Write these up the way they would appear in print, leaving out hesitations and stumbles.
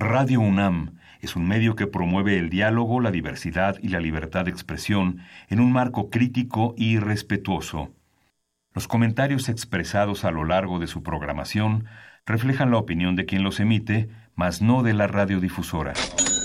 Radio UNAM es un medio que promueve el diálogo, la diversidad y la libertad de expresión en un marco crítico y respetuoso. Los comentarios expresados a lo largo de su programación reflejan la opinión de quien los emite, mas no de la radiodifusora.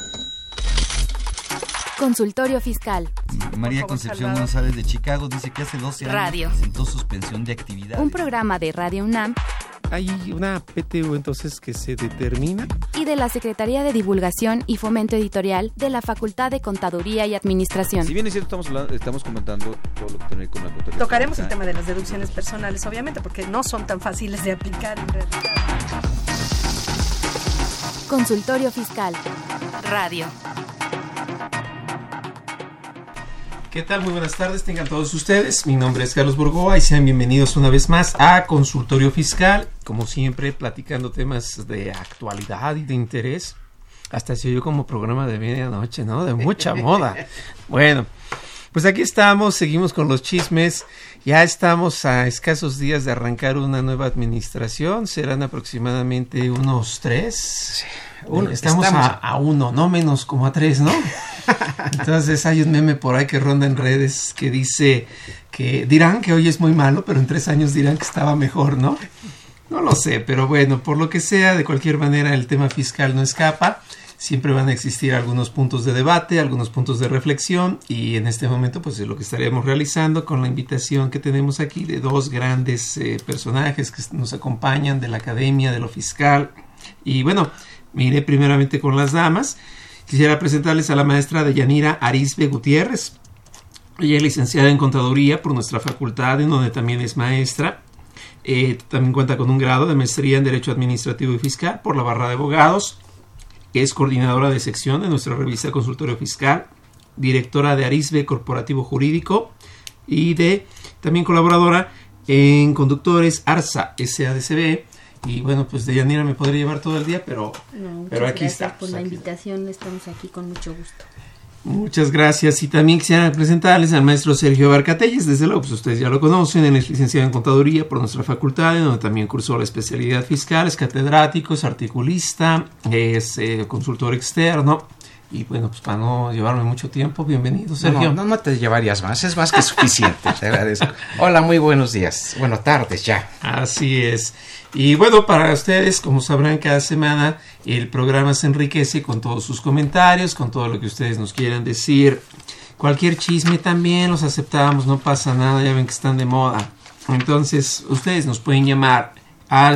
Consultorio Fiscal. María Concepción González de Chicago dice que hace 12 años presentó suspensión de actividad. Un programa de Radio UNAM. Hay una PTU entonces que se determina. Y de la Secretaría de Divulgación y Fomento Editorial de la Facultad de Contaduría y Administración. Si bien es cierto, estamos comentando todo lo que tiene con la contabilidad. Tocaremos el tema de las deducciones personales, obviamente, porque no son tan fáciles de aplicar en realidad. Consultorio Fiscal. Radio. ¿Qué tal? Muy buenas tardes, tengan todos ustedes. Mi nombre es Carlos Borgoa y sean bienvenidos una vez más a Consultorio Fiscal. Como siempre, platicando temas de actualidad y de interés. Hasta se oyó como programa de medianoche, ¿no? De mucha moda. Bueno, pues aquí estamos, seguimos con los chismes. Ya estamos a escasos días de arrancar una nueva administración. Serán aproximadamente unos 3. Sí. Estamos a 1, no menos, como a 3, ¿no? Entonces hay un meme por ahí que ronda en redes que dice que dirán que hoy es muy malo, pero en 3 años dirán que estaba mejor, ¿no? No lo sé, pero bueno, por lo que sea, de cualquier manera el tema fiscal no escapa. Siempre van a existir algunos puntos de debate, algunos puntos de reflexión, y en este momento pues es lo que estaremos realizando con la invitación que tenemos aquí de 2 grandes personajes que nos acompañan de la academia, de lo fiscal. Y bueno, me iré primeramente con las damas. Quisiera presentarles a la maestra Deyanira Arizbe Gutiérrez. Ella es licenciada en Contaduría por nuestra facultad, en donde también es maestra. También cuenta con un grado de maestría en Derecho Administrativo y Fiscal por la Barra de Abogados. Es coordinadora de sección de nuestra revista Consultorio Fiscal, directora de Arizbe Corporativo Jurídico y también colaboradora en Conductores ARSA SADCB. Y bueno, pues Deyanira me podría llevar todo el día, pero aquí está. Gracias por la invitación, estamos aquí con mucho gusto. Muchas gracias. Y también quisiera presentarles al maestro Sergio Barcatelles. Desde luego, pues ustedes ya lo conocen, él es licenciado en Contaduría por nuestra facultad, en donde también cursó la especialidad fiscal, es catedrático, es articulista, es consultor externo. Y bueno, pues para no llevarme mucho tiempo, bienvenido, Sergio. No te llevarías más, es más que suficiente, te agradezco. Hola, muy buenos días, tardes ya. Así es. Y bueno, para ustedes, como sabrán, cada semana el programa se enriquece con todos sus comentarios, con todo lo que ustedes nos quieran decir. Cualquier chisme también los aceptamos, no pasa nada, ya ven que están de moda. Entonces, ustedes nos pueden llamar al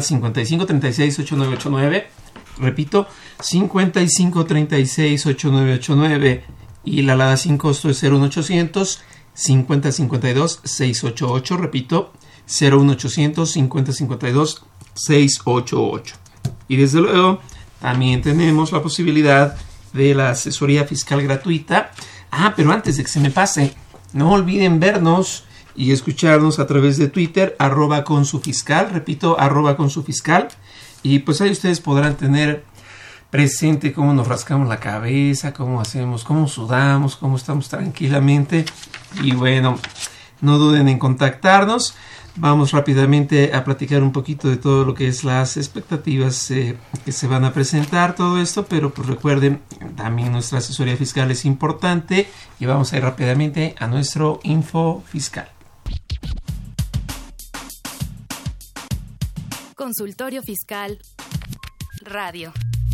5536-8989, repito, 5536-8989, y la alada sin costo es 01800 5052 688, repito, 01800 5052 688. Y desde luego también tenemos la posibilidad de la asesoría fiscal gratuita. Pero antes de que se me pase, no olviden vernos y escucharnos a través de Twitter, @consufiscal, repito, @consufiscal, y pues ahí ustedes podrán tener presente cómo nos rascamos la cabeza, cómo hacemos, cómo sudamos, cómo estamos tranquilamente. Y bueno, no duden en contactarnos. Vamos rápidamente a platicar un poquito de todo lo que es las expectativas que se van a presentar, todo esto, pero pues recuerden, también nuestra asesoría fiscal es importante, y vamos a ir rápidamente a nuestro info fiscal. Consultorio Fiscal Radio.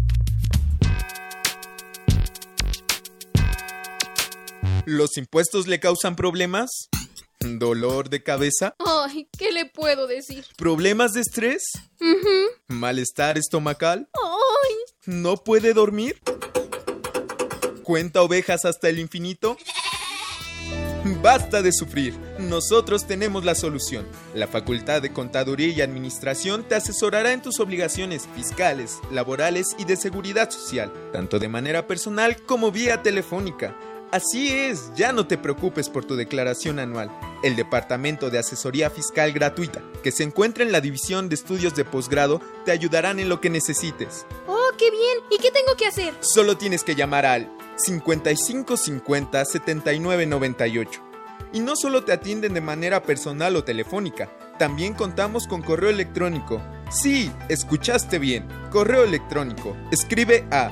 ¿Los impuestos le causan problemas? ¿Dolor de cabeza? Ay, ¿qué le puedo decir? ¿Problemas de estrés? ¿Malestar estomacal? Ay. ¿No puede dormir? ¿Cuenta ovejas hasta el infinito? Basta de sufrir, nosotros tenemos la solución. La Facultad de Contaduría y Administración te asesorará en tus obligaciones fiscales, laborales y de seguridad social, tanto de manera personal como vía telefónica. Así es, ya no te preocupes por tu declaración anual. El Departamento de Asesoría Fiscal Gratuita, que se encuentra en la División de Estudios de Posgrado, te ayudarán en lo que necesites. ¡Oh, qué bien! ¿Y qué tengo que hacer? Solo tienes que llamar al 5550 7998. Y no solo te atienden de manera personal o telefónica, también contamos con correo electrónico Sí, escuchaste bien. Correo electrónico. Escribe a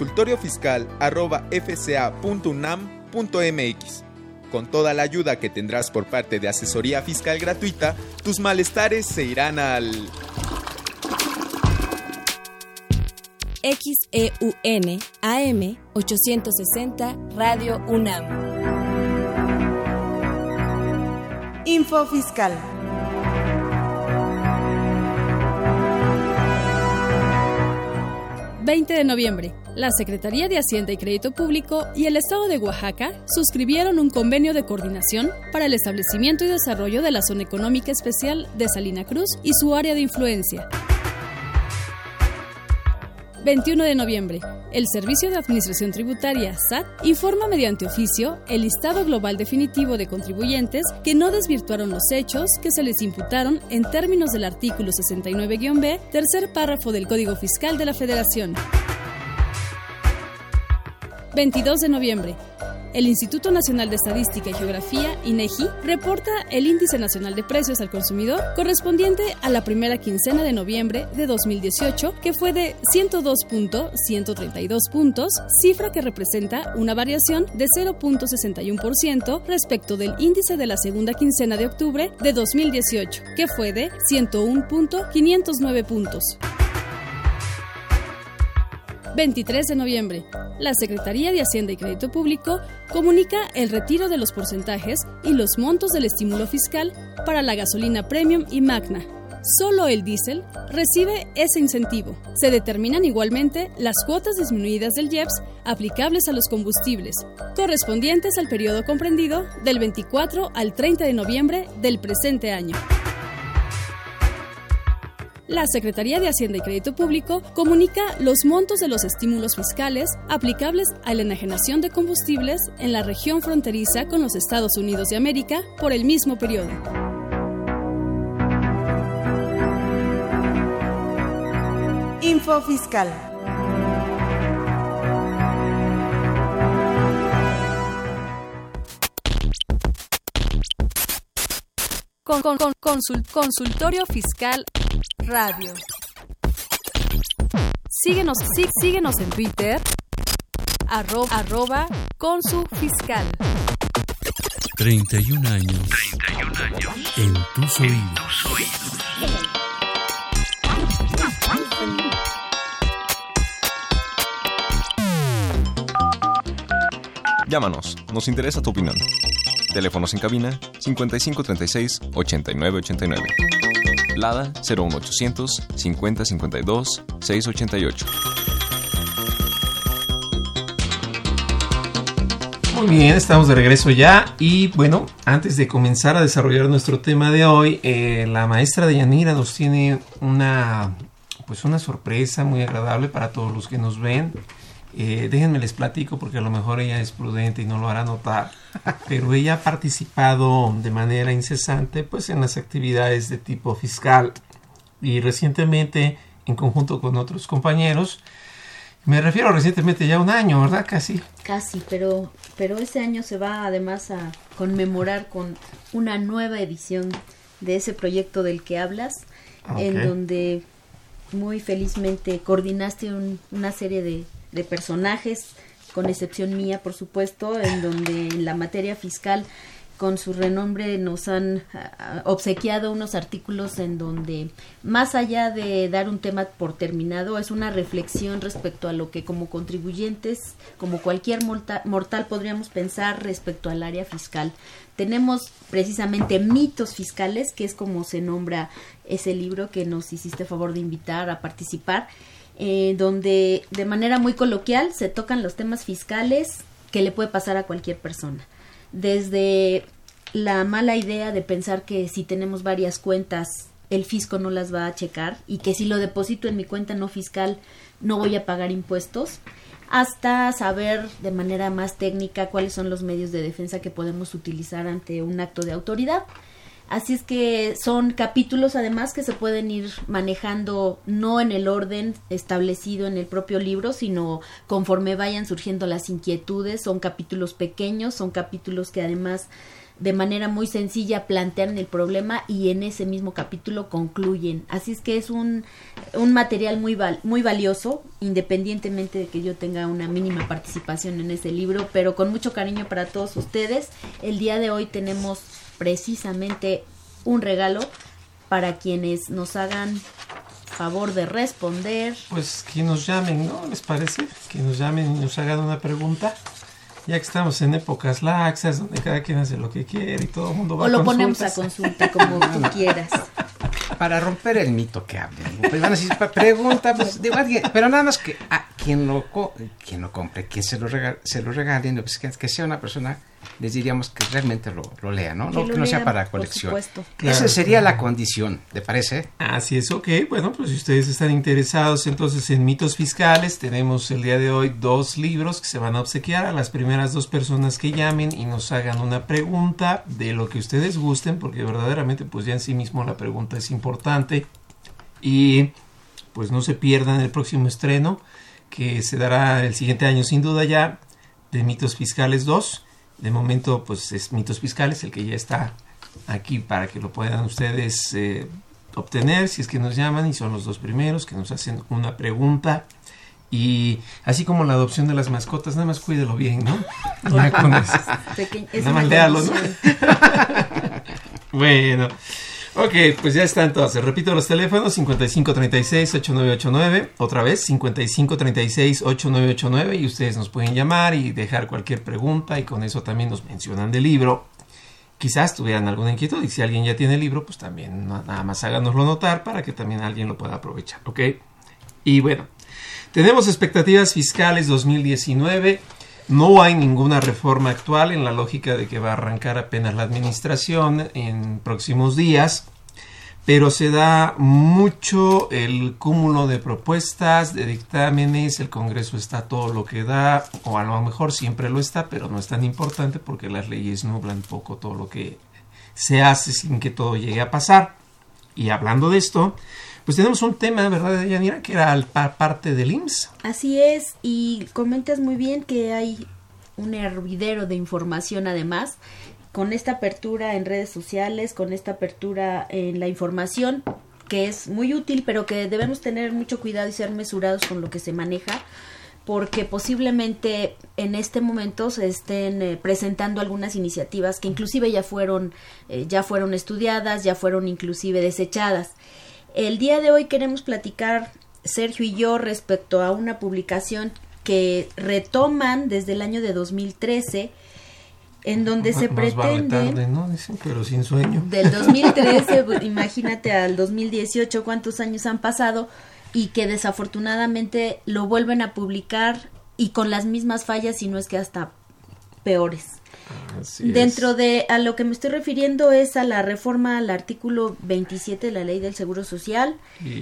consultoriofiscal@fca.unam.mx. Con toda la ayuda que tendrás por parte de asesoría fiscal gratuita, tus malestares se irán al... XEUN AM 860 Radio UNAM. Info Fiscal. ...20 de noviembre... La Secretaría de Hacienda y Crédito Público y el Estado de Oaxaca suscribieron un convenio de coordinación para el establecimiento y desarrollo de la Zona Económica Especial de Salina Cruz y su área de influencia. 21 de noviembre. El Servicio de Administración Tributaria, SAT, informa mediante oficio el listado global definitivo de contribuyentes que no desvirtuaron los hechos que se les imputaron en términos del artículo 69-B, tercer párrafo del Código Fiscal de la Federación. 22 de noviembre. El Instituto Nacional de Estadística y Geografía, INEGI, reporta el Índice Nacional de Precios al Consumidor correspondiente a la primera quincena de noviembre de 2018, que fue de 102.132 puntos, cifra que representa una variación de 0.61% respecto del índice de la segunda quincena de octubre de 2018, que fue de 101.509 puntos. 23 de noviembre. La Secretaría de Hacienda y Crédito Público comunica el retiro de los porcentajes y los montos del estímulo fiscal para la gasolina Premium y Magna. Solo el diésel recibe ese incentivo. Se determinan igualmente las cuotas disminuidas del IEPS aplicables a los combustibles, correspondientes al periodo comprendido del 24 al 30 de noviembre del presente año. La Secretaría de Hacienda y Crédito Público comunica los montos de los estímulos fiscales aplicables a la enajenación de combustibles en la región fronteriza con los Estados Unidos de América por el mismo periodo. Info Fiscal. Consultorio Fiscal Radio. Síguenos en Twitter, @consufiscal. 31 años en tus oídos. Llámanos, nos interesa tu opinión. Teléfonos en cabina 5536-8989. Lada 01800 5052 688. Muy bien, estamos de regreso ya y bueno, antes de comenzar a desarrollar nuestro tema de hoy, la maestra Deyanira nos tiene una sorpresa muy agradable para todos los que nos ven. Déjenme les platico porque a lo mejor ella es prudente y no lo hará notar, pero ella ha participado de manera incesante pues en las actividades de tipo fiscal y recientemente en conjunto con otros compañeros, me refiero recientemente ya un año, ¿verdad? Casi, pero ese año se va además a conmemorar con una nueva edición de ese proyecto del que hablas, en donde muy felizmente coordinaste una serie de personajes, con excepción mía, por supuesto, en donde en la materia fiscal, con su renombre, nos han obsequiado unos artículos en donde, más allá de dar un tema por terminado, es una reflexión respecto a lo que como contribuyentes, como cualquier mortal podríamos pensar respecto al área fiscal. Tenemos precisamente mitos fiscales, que es como se nombra ese libro que nos hiciste favor de invitar a participar, donde de manera muy coloquial se tocan los temas fiscales que le puede pasar a cualquier persona. Desde la mala idea de pensar que si tenemos varias cuentas el fisco no las va a checar y que si lo deposito en mi cuenta no fiscal no voy a pagar impuestos, hasta saber de manera más técnica cuáles son los medios de defensa que podemos utilizar ante un acto de autoridad. Así es que son capítulos además que se pueden ir manejando no en el orden establecido en el propio libro, sino conforme vayan surgiendo las inquietudes. Son capítulos pequeños, son capítulos que además de manera muy sencilla plantean el problema y en ese mismo capítulo concluyen. Así es que es un material muy valioso, independientemente de que yo tenga una mínima participación en ese libro, pero con mucho cariño para todos ustedes. El día de hoy tenemos precisamente un regalo para quienes nos hagan favor de responder. Pues que nos llamen, ¿no? ¿Les parece? Que nos llamen y nos hagan una pregunta. Ya que estamos en épocas laxas, donde cada quien hace lo que quiere y todo el mundo va a consultas. O lo ponemos a consulta, como tú quieras. Para romper el mito que hablen. Pues van a decir, pregunta, pues, digo, pero nada más que quien lo compre, quien se lo regalen, pues, que sea una persona, les diríamos que realmente lo lea, ¿no? Que no sea para colección. Claro. Esa sería la condición, ¿te parece? Así es, ok. Bueno, pues si ustedes están interesados entonces en mitos fiscales, tenemos el día de hoy 2 libros que se van a obsequiar a las primeras 2 personas que llamen y nos hagan una pregunta de lo que ustedes gusten, porque verdaderamente pues ya en sí mismo la pregunta es importante. Y pues no se pierdan el próximo estreno, que se dará el siguiente año sin duda ya, de Mitos Fiscales 2. De momento, pues es Mitos Fiscales, el que ya está aquí para que lo puedan ustedes obtener, si es que nos llaman, y son los 2 primeros que nos hacen una pregunta. Y así como la adopción de las mascotas, nada más cuídelo bien, ¿no? Ya con eso. Nada más léalo, ¿no? Bueno, ok, pues ya está entonces. Repito los teléfonos: 5536-8989. Otra vez, 5536-8989. Y ustedes nos pueden llamar y dejar cualquier pregunta. Y con eso también nos mencionan del libro. Quizás tuvieran alguna inquietud. Y si alguien ya tiene el libro, pues también nada más háganoslo notar para que también alguien lo pueda aprovechar, ¿ok? Y bueno, tenemos expectativas fiscales 2019. No hay ninguna reforma actual en la lógica de que va a arrancar apenas la administración en próximos días, pero se da mucho el cúmulo de propuestas, de dictámenes. El Congreso está todo lo que da, o a lo mejor siempre lo está, pero no es tan importante porque las leyes nublan poco todo lo que se hace sin que todo llegue a pasar. Y hablando de esto, pues tenemos un tema, ¿verdad, Yanira? Que era parte del IMSS. Así es, y comentas muy bien que hay un hervidero de información además, con esta apertura en redes sociales, con esta apertura en la información, que es muy útil, pero que debemos tener mucho cuidado y ser mesurados con lo que se maneja, porque posiblemente en este momento se estén presentando algunas iniciativas que inclusive ya fueron estudiadas, ya fueron inclusive desechadas. El día de hoy queremos platicar, Sergio y yo, respecto a una publicación que retoman desde el año de 2013, en donde se pretende... Vale tarde, ¿no? Dicen, pero sin sueño. Del 2013, imagínate al 2018, cuántos años han pasado, y que desafortunadamente lo vuelven a publicar y con las mismas fallas, si no es que hasta peores. Dentro de a lo que me estoy refiriendo es a la reforma al artículo 27 de la Ley del Seguro Social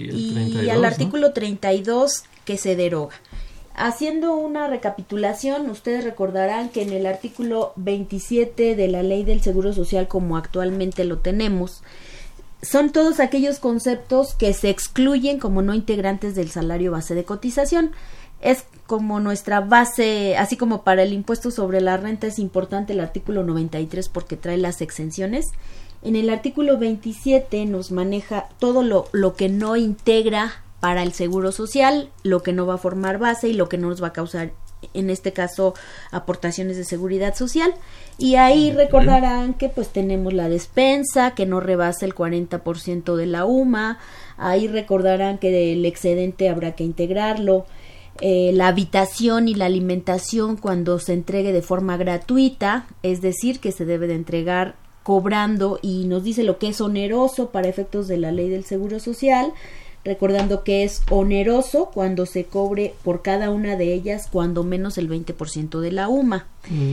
y al artículo 32 que se deroga. Haciendo una recapitulación, ustedes recordarán que en el artículo 27 de la Ley del Seguro Social, como actualmente lo tenemos, son todos aquellos conceptos que se excluyen como no integrantes del salario base de cotización. Es como nuestra base, así como para el impuesto sobre la renta es importante el artículo 93 porque trae las exenciones. En el artículo 27 nos maneja todo lo que no integra para el seguro social, lo que no va a formar base y lo que no nos va a causar, en este caso, aportaciones de seguridad social. Y ahí recordarán que pues tenemos la despensa, que no rebasa el 40% de la UMA. Ahí recordarán que el excedente habrá que integrarlo. La habitación y la alimentación cuando se entregue de forma gratuita, es decir, que se debe de entregar cobrando, y nos dice lo que es oneroso para efectos de la Ley del Seguro Social, recordando que es oneroso cuando se cobre por cada una de ellas cuando menos el 20% de la UMA.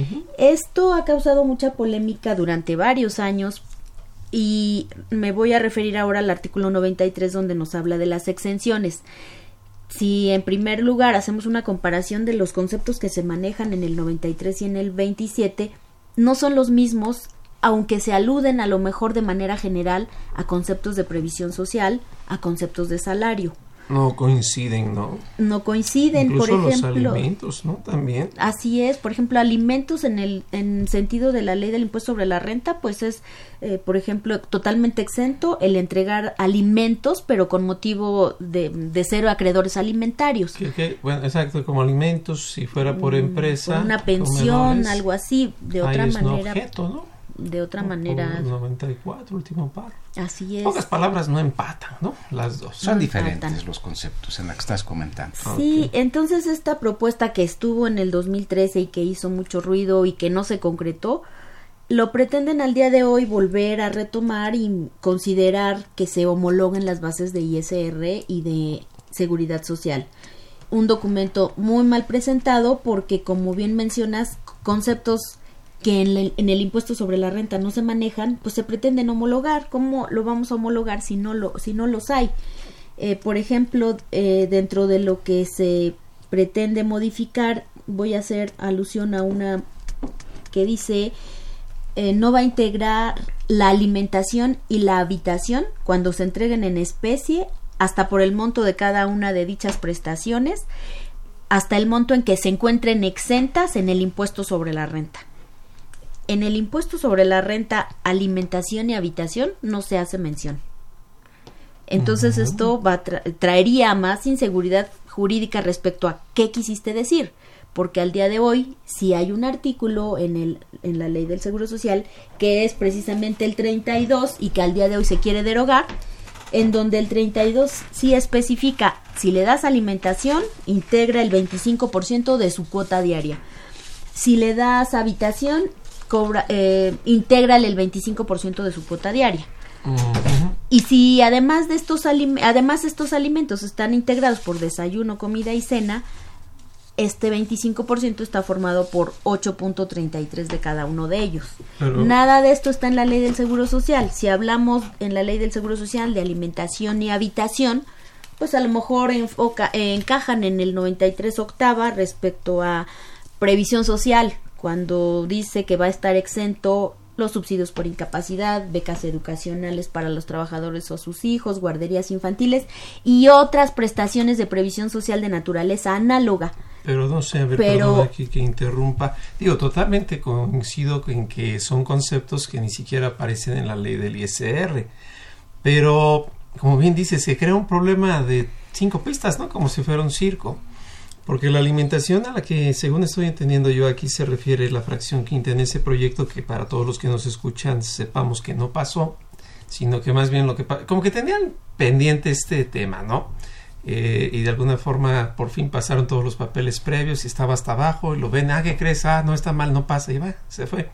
Esto ha causado mucha polémica durante varios años y me voy a referir ahora al artículo 93 donde nos habla de las exenciones. Si en primer lugar hacemos una comparación de los conceptos que se manejan en el 93 y en el 27, no son los mismos, aunque se aluden a lo mejor de manera general a conceptos de previsión social, a conceptos de salario. no coinciden, ¿no? No coinciden, incluso por ejemplo. Los alimentos, ¿no? También. Así es, por ejemplo, alimentos en sentido de la ley del impuesto sobre la renta, pues es, por ejemplo, totalmente exento el entregar alimentos, pero con motivo de cero acreedores alimentarios. Bueno, exacto, como alimentos, si fuera por empresa. Por una pensión, comedores, algo así, de otra manera. Objeto, ¿no? De otra manera. Por 94, último párrafo. Así es. Pocas palabras no empatan, ¿no? Las dos. Son diferentes los conceptos en los que estás comentando. Sí, entonces esta propuesta que estuvo en el 2013 y que hizo mucho ruido y que no se concretó, lo pretenden al día de hoy volver a retomar y considerar que se homologuen las bases de ISR y de Seguridad Social. Un documento muy mal presentado porque, como bien mencionas, conceptos que en el impuesto sobre la renta no se manejan, pues se pretenden homologar. ¿Cómo lo vamos a homologar si no los hay? Por ejemplo, dentro de lo que se pretende modificar, voy a hacer alusión a una que dice no va a integrar la alimentación y la habitación cuando se entreguen en especie, hasta por el monto de cada una de dichas prestaciones, hasta el monto en que se encuentren exentas en el impuesto sobre la renta. En el impuesto sobre la renta, alimentación y habitación no se hace mención. Entonces esto traería más inseguridad jurídica respecto a qué quisiste decir, porque al día de hoy sí hay un artículo en la Ley del Seguro Social que es precisamente el 32 y que al día de hoy se quiere derogar, en donde el 32 sí especifica, si le das alimentación, integra el 25% de su cuota diaria. Si le das habitación, intégrale el 25% de su cuota diaria. Y si además estos alimentos están integrados por desayuno, comida y cena, este 25% está formado por 8.33 de cada uno de ellos. Pero nada de esto está en la Ley del Seguro Social. Si hablamos en la Ley del Seguro Social de alimentación y habitación, pues a lo mejor encajan en el 93 octava respecto a previsión social, cuando dice que va a estar exento los subsidios por incapacidad, becas educacionales para los trabajadores o sus hijos, guarderías infantiles y otras prestaciones de previsión social de naturaleza análoga. Pero no sé, perdón aquí que interrumpa. Digo, totalmente coincido en que son conceptos que ni siquiera aparecen en la ley del ISR. Pero, como bien dice, se crea un problema de 5 pistas, ¿no? Como si fuera un circo. Porque la alimentación a la que, según estoy entendiendo yo, aquí se refiere la fracción quinta en ese proyecto, que para todos los que nos escuchan sepamos que no pasó, sino que más bien lo que como que tenían pendiente este tema, ¿no? Y de alguna forma por fin pasaron todos los papeles previos y estaba hasta abajo y lo ven, ¿qué crees? No está mal, no pasa, y va, se fue.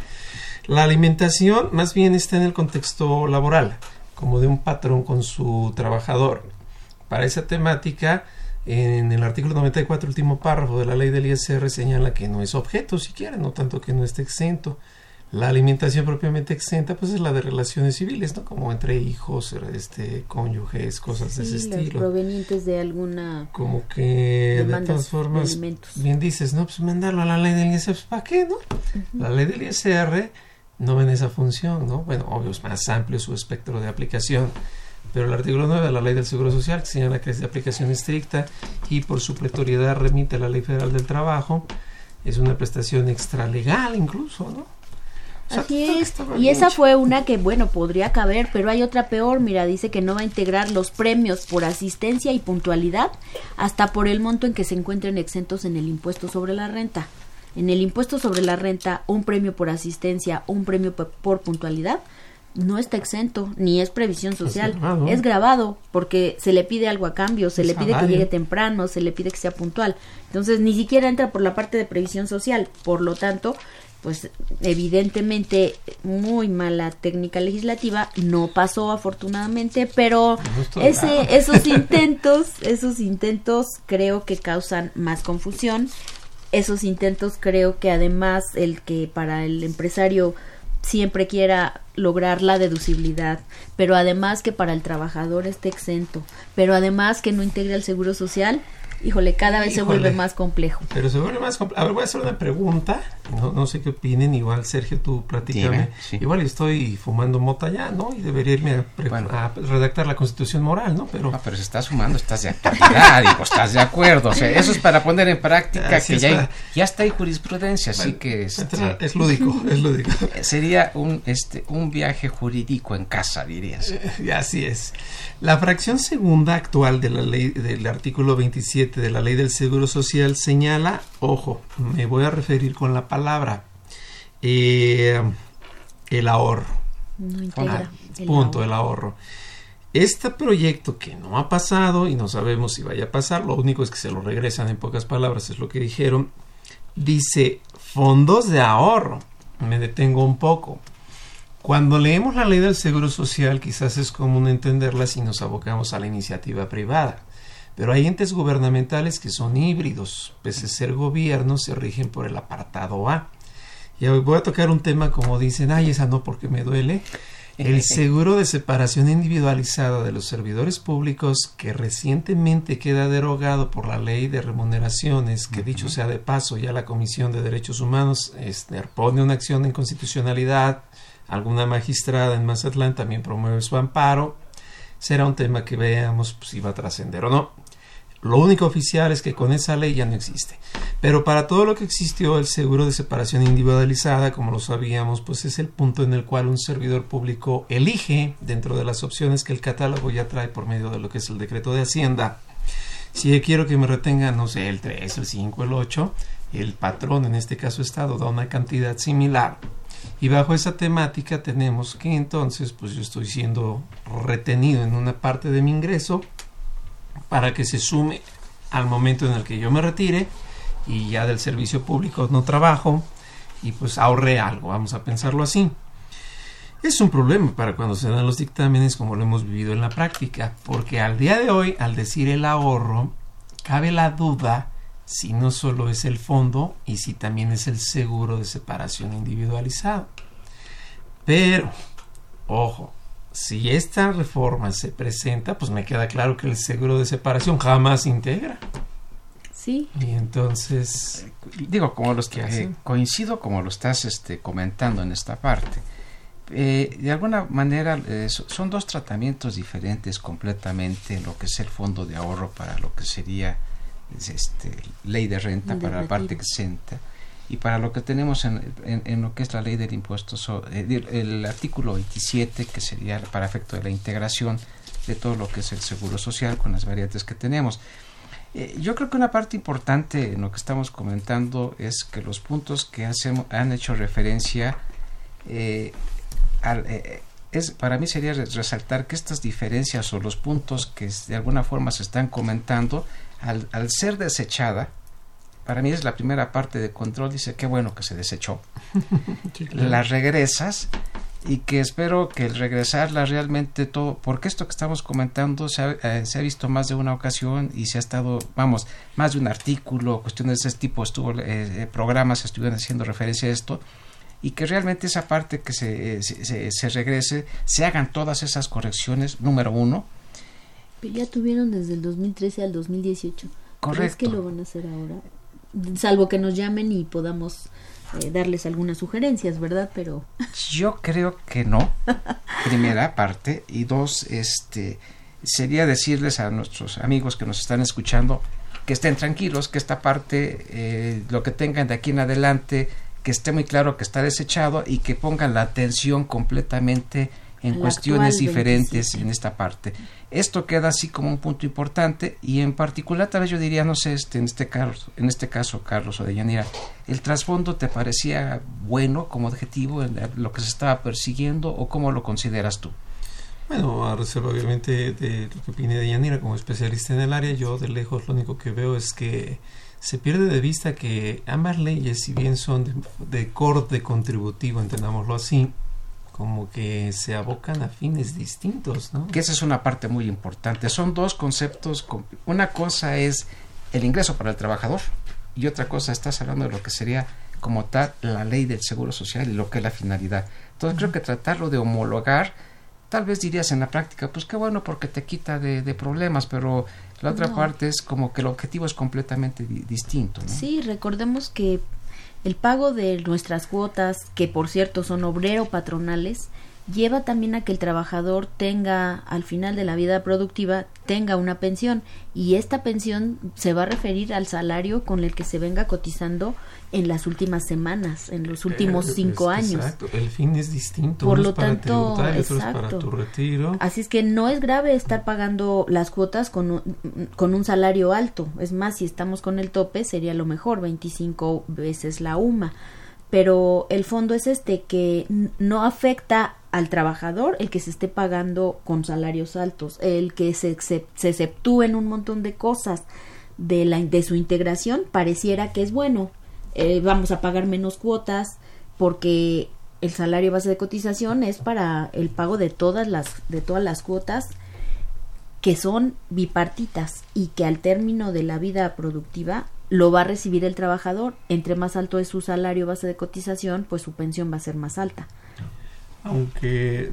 La alimentación más bien está en el contexto laboral, como de un patrón con su trabajador. Para esa temática, en el artículo 94, último párrafo de la ley del ISR, señala que no es objeto siquiera, no tanto que no esté exento. La alimentación propiamente exenta, pues es la de relaciones civiles, ¿no? Como entre hijos, cónyuges, cosas de ese estilo. Provenientes de alguna como que de todas formas, bien dices, no, pues mandarlo a la ley del ISR, pues, ¿para qué, no? La ley del ISR no ven esa función, ¿no? Bueno, obvio, es más amplio su espectro de aplicación. Pero el artículo 9 de la Ley del Seguro Social, que señala que es de aplicación estricta y por supletoriedad remite a la Ley Federal del Trabajo, es una prestación extralegal incluso, ¿no? O sea, así es, y esa fue una que, bueno, podría caber, pero hay otra peor, mira, dice que no va a integrar los premios por asistencia y puntualidad hasta por el monto en que se encuentren exentos en el impuesto sobre la renta. En el impuesto sobre la renta, un premio por asistencia, un premio por puntualidad, no está exento, ni es previsión social, es grabado, porque se le pide algo a cambio, se le pide que llegue temprano, se le pide que sea puntual. Entonces, ni siquiera entra por la parte de previsión social. Por lo tanto, pues evidentemente muy mala técnica legislativa, no pasó afortunadamente, pero esos intentos creo que causan más confusión. Esos intentos creo que además el que para el empresario siempre quiera lograr la deducibilidad, pero además que para el trabajador esté exento, pero además que no integre el seguro social, híjole, cada vez se vuelve más complejo. Pero se vuelve más complejo. A ver, voy a hacer una pregunta, no sé qué opinen, igual Sergio, tú platícame. Sí. Igual estoy fumando mota ya, ¿no? Y debería irme a redactar la Constitución Moral, ¿no? Pero se está sumando, estás de actualidad, y pues estás de acuerdo. O sea, eso es para poner en práctica que ya está ahí jurisprudencia, así que... es lúdico, es lúdico. Sería un viaje jurídico en casa, dirías. Así es. La fracción segunda actual de la ley, del artículo 27 de la Ley del Seguro Social señala, ojo, me voy a referir con la palabra, el ahorro. No integra. El ahorro. Este proyecto que no ha pasado y no sabemos si vaya a pasar, lo único es que se lo regresan en pocas palabras, es lo que dijeron, dice fondos de ahorro. Me detengo un poco. Cuando leemos la Ley del Seguro Social, quizás es común entenderla si nos abocamos a la iniciativa privada. Pero hay entes gubernamentales que son híbridos, pese a ser gobiernos, se rigen por el apartado A. Y voy a tocar un tema como dicen, esa no porque me duele. El seguro de separación individualizada de los servidores públicos, que recientemente queda derogado por la Ley de Remuneraciones, que dicho sea de paso, ya la Comisión de Derechos Humanos pone una acción de inconstitucionalidad, alguna magistrada en Mazatlán también promueve su amparo. Será un tema que veamos si va a trascender o no. Lo único oficial es que con esa ley ya no existe. Pero para todo lo que existió, el seguro de separación individualizada, como lo sabíamos, pues es el punto en el cual un servidor público elige, dentro de las opciones que el catálogo ya trae por medio de lo que es el decreto de Hacienda. Si yo quiero que me retengan, no sé, el 3, el 5, el 8, el patrón, en este caso Estado, da una cantidad similar. Y bajo esa temática tenemos que entonces, pues yo estoy siendo retenido en una parte de mi ingreso para que se sume al momento en el que yo me retire y ya del servicio público no trabajo y pues ahorré algo, vamos a pensarlo así. Es un problema para cuando se dan los dictámenes como lo hemos vivido en la práctica, porque al día de hoy, al decir el ahorro, cabe la duda si no solo es el fondo y si también es el seguro de separación individualizado. Pero, ojo, si esta reforma se presenta, pues me queda claro que el seguro de separación jamás integra. Sí. Y entonces, como los que coincido como lo estás comentando en esta parte. De alguna manera son dos tratamientos diferentes completamente, lo que es el fondo de ahorro para lo que sería ley de renta para la parte exenta, y para lo que tenemos en lo que es la ley del impuesto, el artículo 27, que sería para efecto de la integración de todo lo que es el seguro social con las variantes que tenemos. Yo creo que una parte importante en lo que estamos comentando es que los puntos que han hecho referencia para mí sería resaltar que estas diferencias o los puntos que de alguna forma se están comentando, al ser desechada, para mí es la primera parte de control, dice qué bueno que se desechó. Sí, claro. Las regresas y que espero que el regresarla realmente todo, porque esto que estamos comentando se ha visto más de una ocasión y se ha estado, más de un artículo, cuestiones de ese tipo, programas estuvieron haciendo referencia a esto, y que realmente esa parte que se regrese, se hagan todas esas correcciones, número uno. Pero ya tuvieron desde el 2013 al 2018. Correcto. ¿Crees que lo van a hacer ahora? Salvo que nos llamen y podamos darles algunas sugerencias, ¿verdad? Pero yo creo que no, primera parte, y dos, sería decirles a nuestros amigos que nos están escuchando que estén tranquilos, que esta parte, lo que tengan de aquí en adelante, que esté muy claro que está desechado y que pongan la atención completamente en cuestiones diferentes 27. En esta parte. Esto queda así como un punto importante, y en particular tal vez yo diría, no sé, en este caso, Carlos o Deyanira, ¿el trasfondo te parecía bueno como objetivo en lo que se estaba persiguiendo, o cómo lo consideras tú? Bueno, a reserva obviamente de lo que opine Deyanira como especialista en el área, yo de lejos lo único que veo es que se pierde de vista que ambas leyes, si bien son de corte contributivo, entendámoslo así, como que se abocan a fines distintos, ¿no? Que esa es una parte muy importante. Son dos conceptos. Una cosa es el ingreso para el trabajador, y otra cosa, estás hablando de lo que sería como tal la ley del seguro social y lo que es la finalidad. Entonces creo que tratarlo de homologar, tal vez dirías en la práctica, pues qué bueno porque te quita de problemas, pero La otra parte es como que el objetivo es completamente distinto, ¿no? Sí, recordemos que el pago de nuestras cuotas, que por cierto son obrero-patronales, lleva también a que el trabajador tenga, al final de la vida productiva, tenga una pensión, y esta pensión se va a referir al salario con el que se venga cotizando en las últimas semanas, en los últimos 5 años. Exacto, el fin es distinto. Por uno lo es para tanto, tributar y otro es para tu retiro. Así es que no es grave estar pagando las cuotas con un salario alto. Es más, si estamos con el tope, sería lo mejor, 25 veces la UMA. Pero el fondo es que no afecta al trabajador el que se esté pagando con salarios altos, el que se exceptúen un montón de cosas de su integración. Pareciera que es bueno, vamos a pagar menos cuotas porque el salario base de cotización es para el pago de todas las cuotas que son bipartitas y que al término de la vida productiva lo va a recibir el trabajador. Entre más alto es su salario base de cotización, pues su pensión va a ser más alta. Aunque,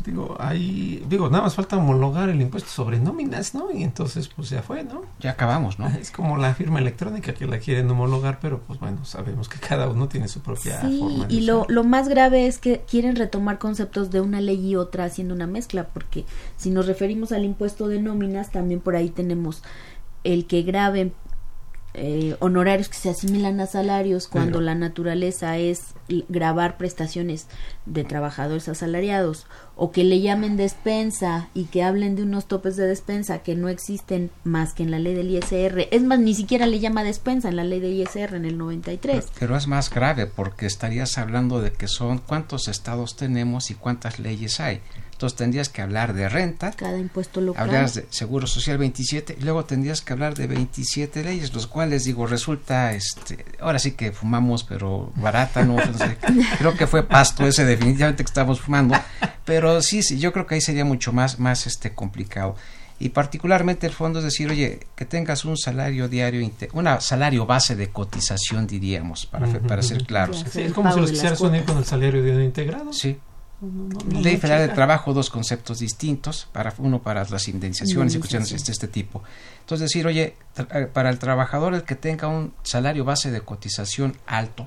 nada más falta homologar el impuesto sobre nóminas, ¿no? Y entonces, pues ya fue, ¿no? Ya acabamos, ¿no? Es como la firma electrónica que la quieren homologar, pero pues bueno, sabemos que cada uno tiene su propia forma de y lo más grave es que quieren retomar conceptos de una ley y otra haciendo una mezcla, porque si nos referimos al impuesto de nóminas, también por ahí tenemos el que graben honorarios que se asimilan a salarios cuando la naturaleza es gravar prestaciones de trabajadores asalariados, o que le llamen despensa y que hablen de unos topes de despensa que no existen más que en la ley del ISR. Es más, ni siquiera le llama despensa en la ley del ISR en el 93. Pero es más grave porque estarías hablando de que son cuántos estados tenemos y cuántas leyes hay. Entonces tendrías que hablar de renta, cada impuesto local, hablar de seguro social 27, y luego tendrías que hablar de 27 leyes, los cuales resulta, ahora sí que fumamos, pero barata, no sé, creo que fue pasto ese definitivamente que estamos fumando, pero sí, yo creo que ahí sería mucho más complicado. Y particularmente el fondo es decir, oye, que tengas un salario diario, salario base de cotización, diríamos, para ser claros. Sí, es como si los quisieras unir con el salario diario integrado. Sí. Ley Federal del Trabajo, dos conceptos distintos, uno para las indemnizaciones y cuestiones de este tipo. Entonces decir, oye, para el trabajador el que tenga un salario base de cotización alto,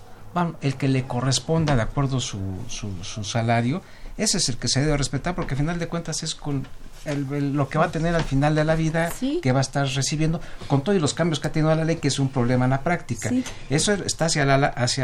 el que le corresponda de acuerdo a su salario, ese es el que se debe respetar, porque al final de cuentas es con lo que va a tener al final de la vida, que va a estar recibiendo, con todos los cambios que ha tenido la ley, que es un problema en la práctica. Eso está hacia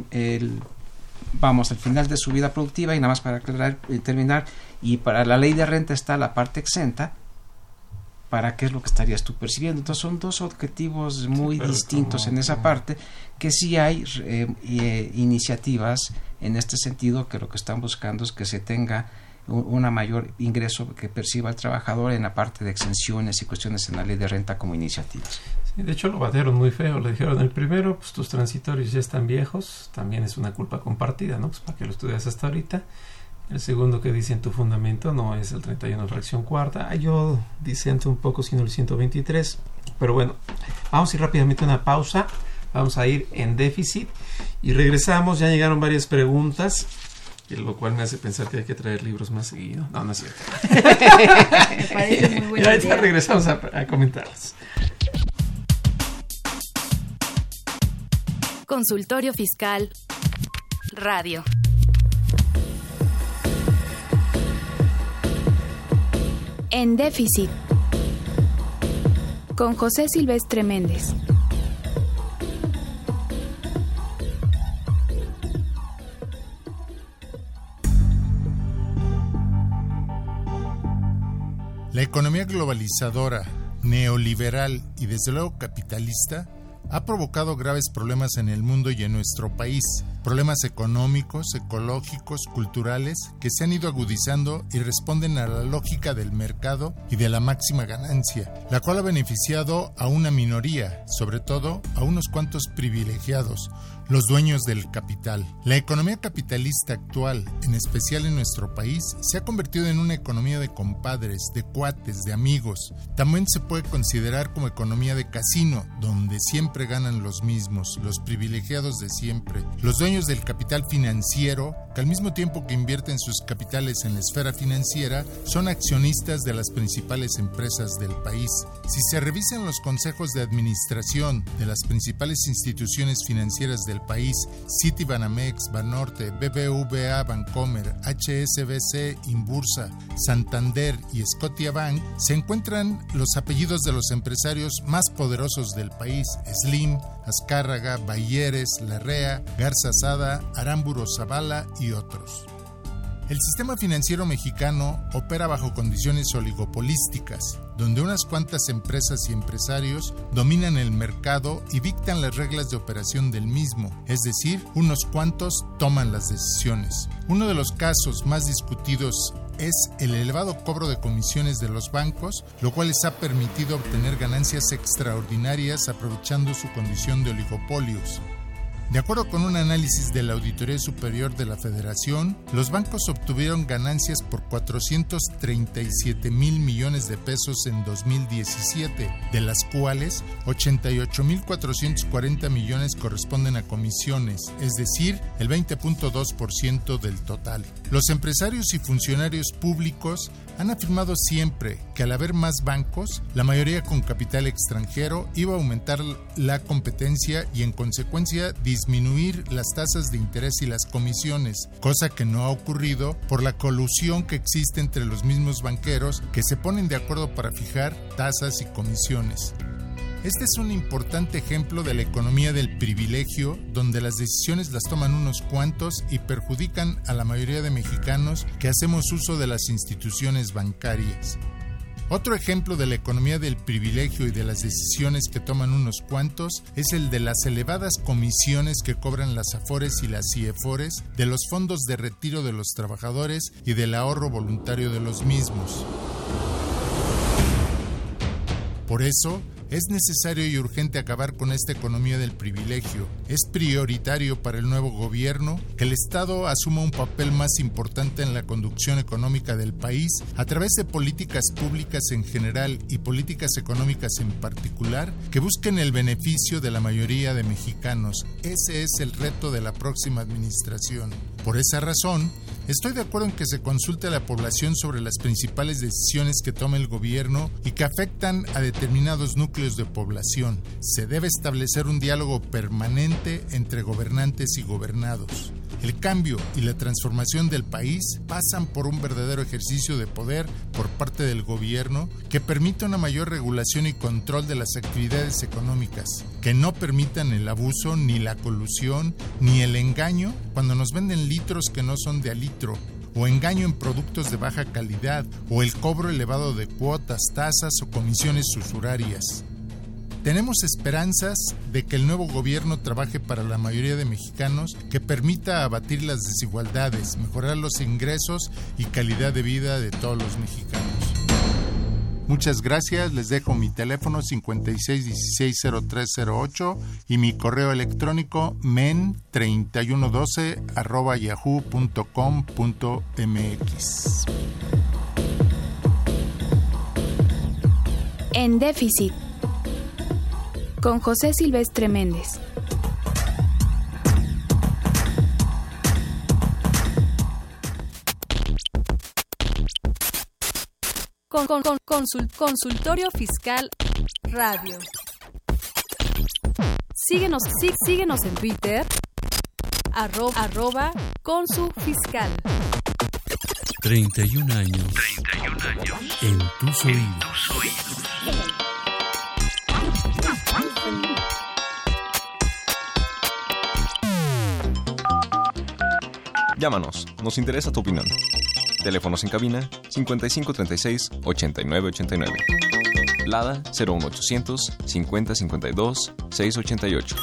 al final de su vida productiva. Y nada más para aclarar y terminar, y para la ley de renta está la parte exenta, para qué es lo que estarías tú percibiendo. Entonces son dos objetivos muy distintos en esa parte, que sí hay iniciativas en este sentido, que lo que están buscando es que se tenga una mayor ingreso que perciba el trabajador en la parte de exenciones y cuestiones en la ley de renta como iniciativas. Sí, de hecho lo batearon muy feo, le dijeron el primero, pues tus transitorios ya están viejos, también es una culpa compartida, ¿no? Pues para que lo estudias hasta ahorita. El segundo que dice en tu fundamento no es el 31 fracción cuarta. Yo disento un poco sino el 123, pero bueno, vamos a ir rápidamente a una pausa, vamos a ir en déficit y regresamos. Ya llegaron varias preguntas, lo cual me hace pensar que hay que traer libros más seguido. No es cierto. Me parece muy buena idea. Ya regresamos a comentarlas. Consultorio Fiscal Radio. En déficit. Con José Silvestre Méndez. La economía globalizadora, neoliberal y desde luego capitalista ha provocado graves problemas en el mundo y en nuestro país, problemas económicos, ecológicos, culturales que se han ido agudizando y responden a la lógica del mercado y de la máxima ganancia, la cual ha beneficiado a una minoría, sobre todo a unos cuantos privilegiados, los dueños del capital. La economía capitalista actual, en especial en nuestro país, se ha convertido en una economía de compadres, de cuates, de amigos. También se puede considerar como economía de casino, donde siempre siempre ganan los mismos, los privilegiados de siempre, los dueños del capital financiero, que al mismo tiempo que invierten sus capitales en la esfera financiera, son accionistas de las principales empresas del país. Si se revisan los consejos de administración de las principales instituciones financieras del país, Citibanamex, Banorte, BBVA, Bancomer, HSBC, Inbursa, Santander y Scotiabank, se encuentran los apellidos de los empresarios más poderosos del país: Slim, Azcárraga, Bayeres, Larrea, Garza Sada, Aramburu Zavala y otros. El sistema financiero mexicano opera bajo condiciones oligopolísticas, donde unas cuantas empresas y empresarios dominan el mercado y dictan las reglas de operación del mismo, es decir, unos cuantos toman las decisiones. Uno de los casos más discutidos es el elevado cobro de comisiones de los bancos, lo cual les ha permitido obtener ganancias extraordinarias aprovechando su condición de oligopolios. De acuerdo con un análisis de la Auditoría Superior de la Federación, los bancos obtuvieron ganancias por 437,000 millones de pesos en 2017, de las cuales 88,440 millones corresponden a comisiones, es decir, el 20.2% del total. Los empresarios y funcionarios públicos han afirmado siempre que al haber más bancos, la mayoría con capital extranjero, iba a aumentar la competencia y en consecuencia disminuir las tasas de interés y las comisiones, cosa que no ha ocurrido por la colusión que existe entre los mismos banqueros que se ponen de acuerdo para fijar tasas y comisiones. Este es un importante ejemplo de la economía del privilegio, donde las decisiones las toman unos cuantos y perjudican a la mayoría de mexicanos que hacemos uso de las instituciones bancarias. Otro ejemplo de la economía del privilegio y de las decisiones que toman unos cuantos es el de las elevadas comisiones que cobran las Afores y las CIEFORES de los fondos de retiro de los trabajadores y del ahorro voluntario de los mismos. Por eso, es necesario y urgente acabar con esta economía del privilegio. Es prioritario para el nuevo gobierno que el Estado asuma un papel más importante en la conducción económica del país a través de políticas públicas en general y políticas económicas en particular que busquen el beneficio de la mayoría de mexicanos. Ese es el reto de la próxima administración. Por esa razón, estoy de acuerdo en que se consulte a la población sobre las principales decisiones que toma el gobierno y que afectan a determinados núcleos de población. Se debe establecer un diálogo permanente entre gobernantes y gobernados. El cambio y la transformación del país pasan por un verdadero ejercicio de poder por parte del gobierno que permita una mayor regulación y control de las actividades económicas, que no permitan el abuso, ni la colusión, ni el engaño cuando nos venden litros que no son de a litro, o engaño en productos de baja calidad, o el cobro elevado de cuotas, tasas o comisiones usurarias. Tenemos esperanzas de que el nuevo gobierno trabaje para la mayoría de mexicanos, que permita abatir las desigualdades, mejorar los ingresos y calidad de vida de todos los mexicanos. Muchas gracias, les dejo mi teléfono 56160308 y mi correo electrónico men3112@yahoo.com.mx. En déficit, con José Silvestre Méndez. Consultorio Fiscal Radio. Síguenos en Twitter, @consufiscal. 31 años en tus oídos. Llámanos, nos interesa tu opinión. Teléfonos en cabina 5536-8989. Lada 01800 5052 688.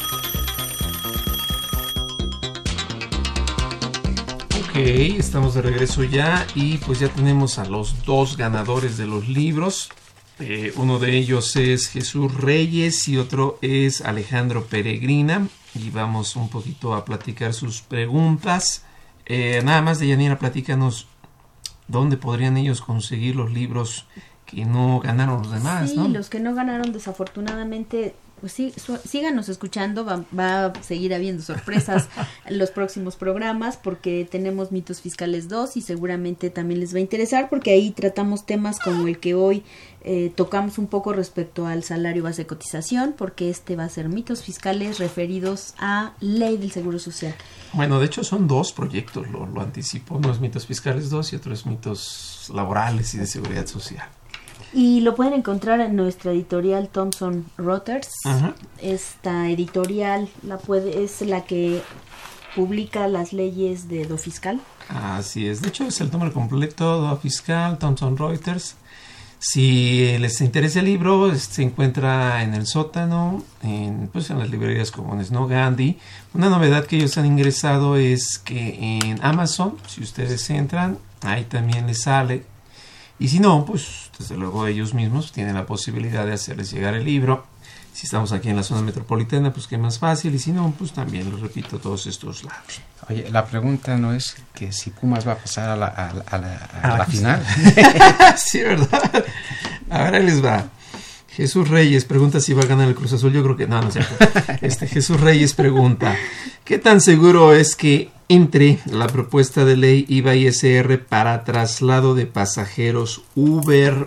Ok, estamos de regreso ya y pues ya tenemos a los dos ganadores de los libros. Uno de ellos es Jesús Reyes y otro es Alejandro Peregrina, y vamos un poquito a platicar sus preguntas. Nada más, Deyanira, platícanos dónde podrían ellos conseguir los libros que no ganaron los demás, sí, ¿no? Los que no ganaron, desafortunadamente, pues sí, síganos escuchando, va a seguir habiendo sorpresas en los próximos programas porque tenemos Mitos Fiscales 2 y seguramente también les va a interesar porque ahí tratamos temas como el que hoy tocamos un poco respecto al salario base de cotización, porque va a ser mitos fiscales referidos a Ley del Seguro Social. Bueno, de hecho son 2 proyectos, lo anticipo, uno es Mitos Fiscales 2 y otro es Mitos Laborales y de Seguridad Social. Y lo pueden encontrar en nuestra editorial Thomson Reuters. Ajá. Esta editorial es la que publica las leyes de Do Fiscal. Así es, de hecho es el número completo, Do Fiscal, Thomson Reuters. Si les interesa el libro, se encuentra en el sótano, en las librerías comunes, ¿no? Gandhi. Una novedad que ellos han ingresado es que en Amazon, si ustedes entran, ahí también les sale. Y si no, pues desde luego ellos mismos tienen la posibilidad de hacerles llegar el libro. Si estamos aquí en la zona metropolitana, pues que más fácil. Y si no, pues también, lo repito, todos estos lados. Oye, la pregunta no es que si Pumas va a pasar a la final. Sí, ¿verdad? Ahora les va. Jesús Reyes pregunta si va a ganar el Cruz Azul. Yo creo que no es cierto. Jesús Reyes pregunta, ¿qué tan seguro es que entre la propuesta de ley IVA y ISR para traslado de pasajeros Uber?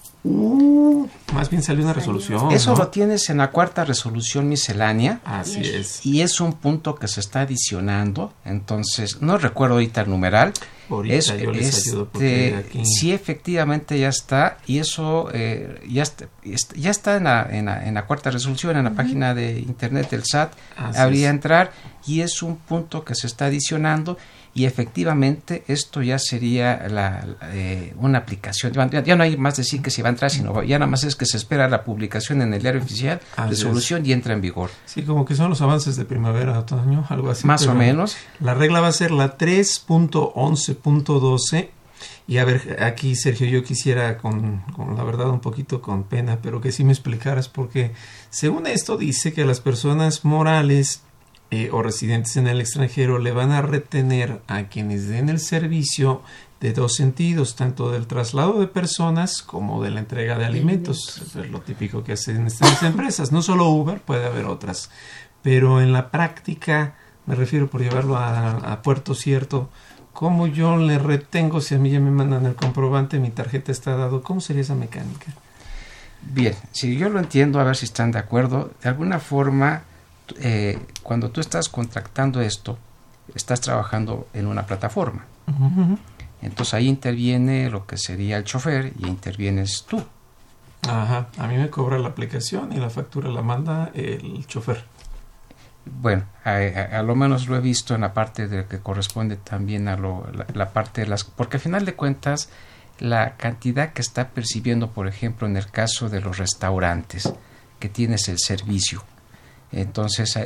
Más bien salió una resolución. Eso, ¿no? Lo tienes en la 4ª resolución miscelánea. Así es. Y es un punto que se está adicionando. Entonces, no recuerdo ahorita el numeral. Ahorita yo les ayudo porque aquí... Sí, efectivamente ya está. Y eso ya está en la 4ª resolución, en la página de internet del SAT. Habría entrar. Y es un punto que se está adicionando. Y efectivamente esto ya sería una aplicación. Ya no hay más decir que se va a entrar, sino ya nada más es que se espera la publicación en el diario oficial, resolución y entra en vigor. Sí, como que son los avances de primavera, otoño, algo así. Más o menos. La regla va a ser la 3.11.12. Y a ver, aquí Sergio, yo quisiera con la verdad un poquito con pena, pero que sí me explicaras, porque según esto dice que las personas morales o residentes en el extranjero le van a retener a quienes den el servicio de 2 sentidos, tanto del traslado de personas como de la entrega de alimentos. Eso es lo típico que hacen estas empresas. No solo Uber, puede haber otras. Pero en la práctica, me refiero por llevarlo a puerto cierto, ¿cómo yo le retengo si a mí ya me mandan el comprobante, mi tarjeta está dado? ¿Cómo sería esa mecánica? Bien, si yo lo entiendo, a ver si están de acuerdo, de alguna forma... cuando tú estás contractando esto, estás trabajando en una plataforma. Uh-huh. Entonces ahí interviene lo que sería el chofer y intervienes tú. Ajá, a mí me cobra la aplicación y la factura la manda el chofer. Bueno, a lo menos lo he visto en la parte de que corresponde también a la parte de las... Porque al final de cuentas, la cantidad que está percibiendo, por ejemplo, en el caso de los restaurantes, que tienes el servicio, entonces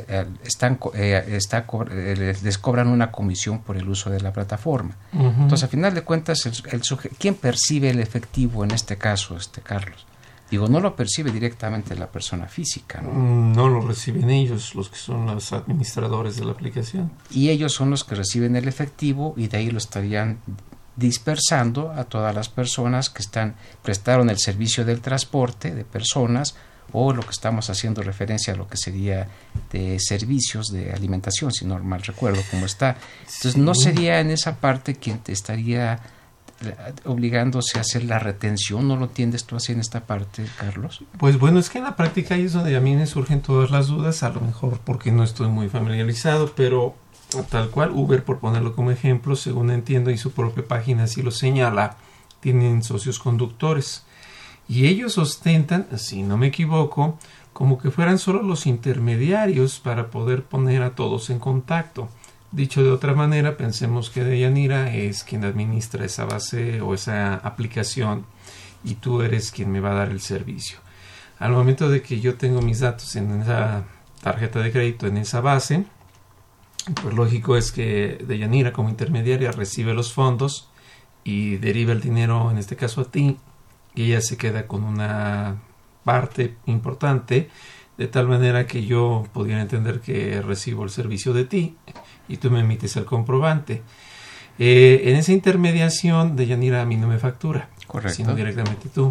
les cobran una comisión por el uso de la plataforma. Uh-huh. Entonces, al final de cuentas, ¿quién percibe el efectivo en este caso, Carlos? Digo, no lo percibe directamente la persona física, ¿no? No lo reciben ellos, los que son los administradores de la aplicación. Y ellos son los que reciben el efectivo y de ahí lo estarían dispersando a todas las personas que prestaron el servicio del transporte de personas, o lo que estamos haciendo referencia a lo que sería de servicios de alimentación, si no mal recuerdo cómo está. Entonces, no sería en esa parte quien te estaría obligándose a hacer la retención. ¿No lo entiendes tú así en esta parte, Carlos? Pues bueno, es que en la práctica ahí es donde a mí me surgen todas las dudas, a lo mejor porque no estoy muy familiarizado, pero tal cual Uber, por ponerlo como ejemplo, según entiendo y su propia página así lo señala, tienen socios conductores. Y ellos ostentan, si no me equivoco, como que fueran solo los intermediarios para poder poner a todos en contacto. Dicho de otra manera, pensemos que Deyanira es quien administra esa base o esa aplicación y tú eres quien me va a dar el servicio. Al momento de que yo tengo mis datos en esa tarjeta de crédito, en esa base, pues lógico es que Deyanira como intermediaria recibe los fondos y deriva el dinero, en este caso a ti, y ella se queda con una parte importante, de tal manera que yo pudiera entender que recibo el servicio de ti y tú me emites el comprobante. En esa intermediación, Deyanira a mí no me factura, correcto, sino directamente tú.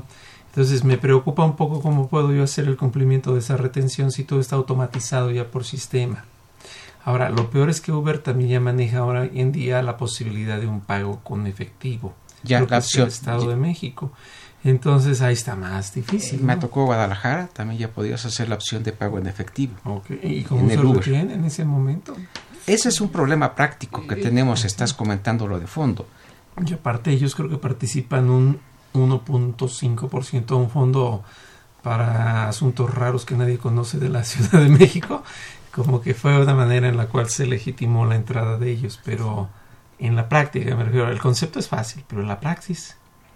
Entonces me preocupa un poco cómo puedo yo hacer el cumplimiento de esa retención si todo está automatizado ya por sistema. Ahora, lo peor es que Uber también ya maneja ahora en día la posibilidad de un pago con efectivo. Ya la opción del Estado de México. Entonces ahí está más difícil. Me tocó Guadalajara, también ya podías hacer la opción de pago en efectivo. Okay. ¿Y cómo se lo tiene en ese momento? Ese es un problema práctico que tenemos, estás comentando lo de fondo. Y aparte ellos creo que participan un 1.5%, un fondo para asuntos raros que nadie conoce de la Ciudad de México, como que fue una manera en la cual se legitimó la entrada de ellos, pero en la práctica, me refiero, el concepto es fácil, pero en la praxis...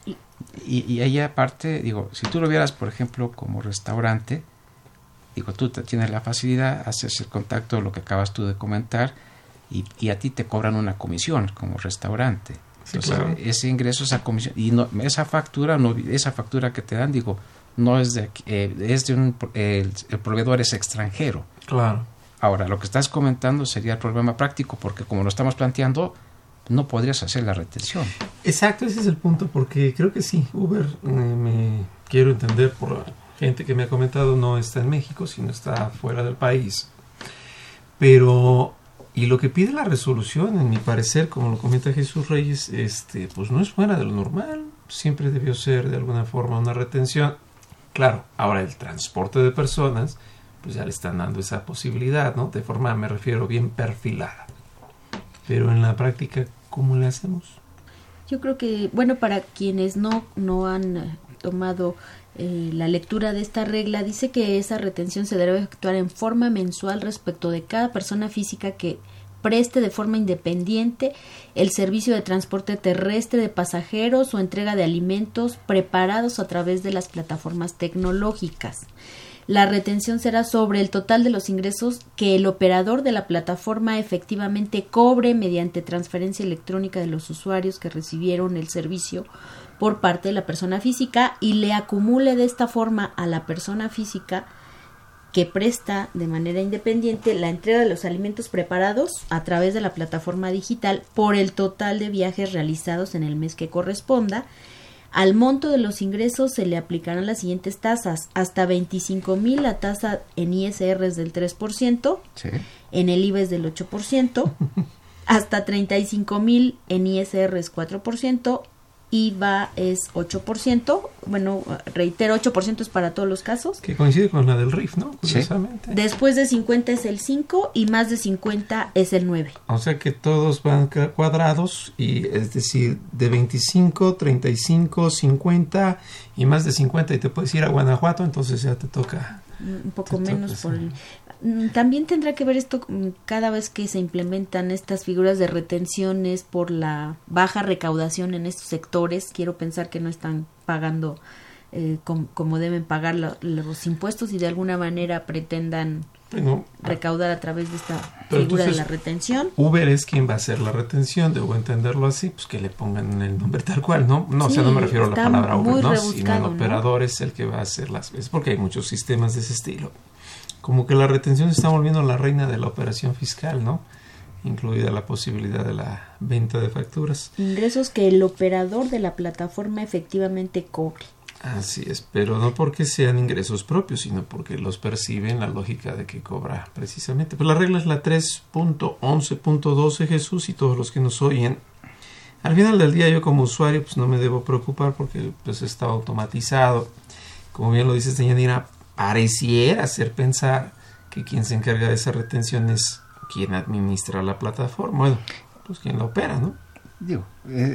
Y ahí aparte, digo, si tú lo vieras, por ejemplo, como restaurante, digo, tú tienes la facilidad, haces el contacto, lo que acabas tú de comentar, y a ti te cobran una comisión como restaurante. Sí, entonces, claro. Ese ingreso, esa comisión, y no, esa factura que te dan, digo, no es de aquí, es de el proveedor es extranjero. Claro. Ahora, lo que estás comentando sería el problema práctico, porque como lo estamos planteando, no podrías hacer la retención. Exacto, ese es el punto, porque creo que sí, Uber, me quiero entender por gente que me ha comentado, no está en México, sino está fuera del país. Pero, y lo que pide la resolución, en mi parecer, como lo comenta Jesús Reyes, pues no es fuera de lo normal, siempre debió ser de alguna forma una retención. Claro, ahora el transporte de personas, pues ya le están dando esa posibilidad, ¿no? De forma, me refiero, bien perfilada. Pero en la práctica, ¿cómo le hacemos? Yo creo que, bueno, para quienes no han tomado la lectura de esta regla, dice que esa retención se debe efectuar en forma mensual respecto de cada persona física que preste de forma independiente el servicio de transporte terrestre de pasajeros o entrega de alimentos preparados a través de las plataformas tecnológicas. La retención será sobre el total de los ingresos que el operador de la plataforma efectivamente cobre mediante transferencia electrónica de los usuarios que recibieron el servicio por parte de la persona física y le acumule de esta forma a la persona física que presta de manera independiente la entrega de los alimentos preparados a través de la plataforma digital por el total de viajes realizados en el mes que corresponda. Al monto de los ingresos se le aplicarán las siguientes tasas: hasta 25,000 la tasa en ISR es del 3%, sí. En el IVA es del 8%, hasta 35,000 en ISR es 4%, IVA es 8%, bueno, reitero, 8% es para todos los casos. Que coincide con la del RIF, ¿no? Curiosamente. Sí. Después de 50 es el 5 y más de 50 es el 9. O sea que todos van cuadrados, y es decir, de 25, 35, 50 y más de 50, y te puedes ir a Guanajuato, entonces ya te toca. Un poco menos por el... También tendrá que ver esto cada vez que se implementan estas figuras de retenciones por la baja recaudación en estos sectores. Quiero pensar que no están pagando como deben pagar los impuestos y de alguna manera pretendan recaudar a través de esta figura de la retención. Uber es quien va a hacer la retención, debo entenderlo así, pues que le pongan el nombre tal cual, ¿no? No, sí, o sea, no me refiero a la palabra Uber, ¿no? Sino el operador es el que va a hacer las veces, porque hay muchos sistemas de ese estilo. Como que la retención se está volviendo la reina de la operación fiscal, ¿no? Incluida la posibilidad de la venta de facturas. Ingresos que el operador de la plataforma efectivamente cobre. Así es, pero no porque sean ingresos propios, sino porque los percibe en la lógica de que cobra precisamente. Pues la regla es la 3.11.12, Jesús, y todos los que nos oyen. Al final del día yo como usuario pues no me debo preocupar porque pues está automatizado. Como bien lo dice Deyanira, pareciera hacer pensar que quien se encarga de esa retención es quien administra la plataforma, bueno, pues quien la opera, ¿no? Digo,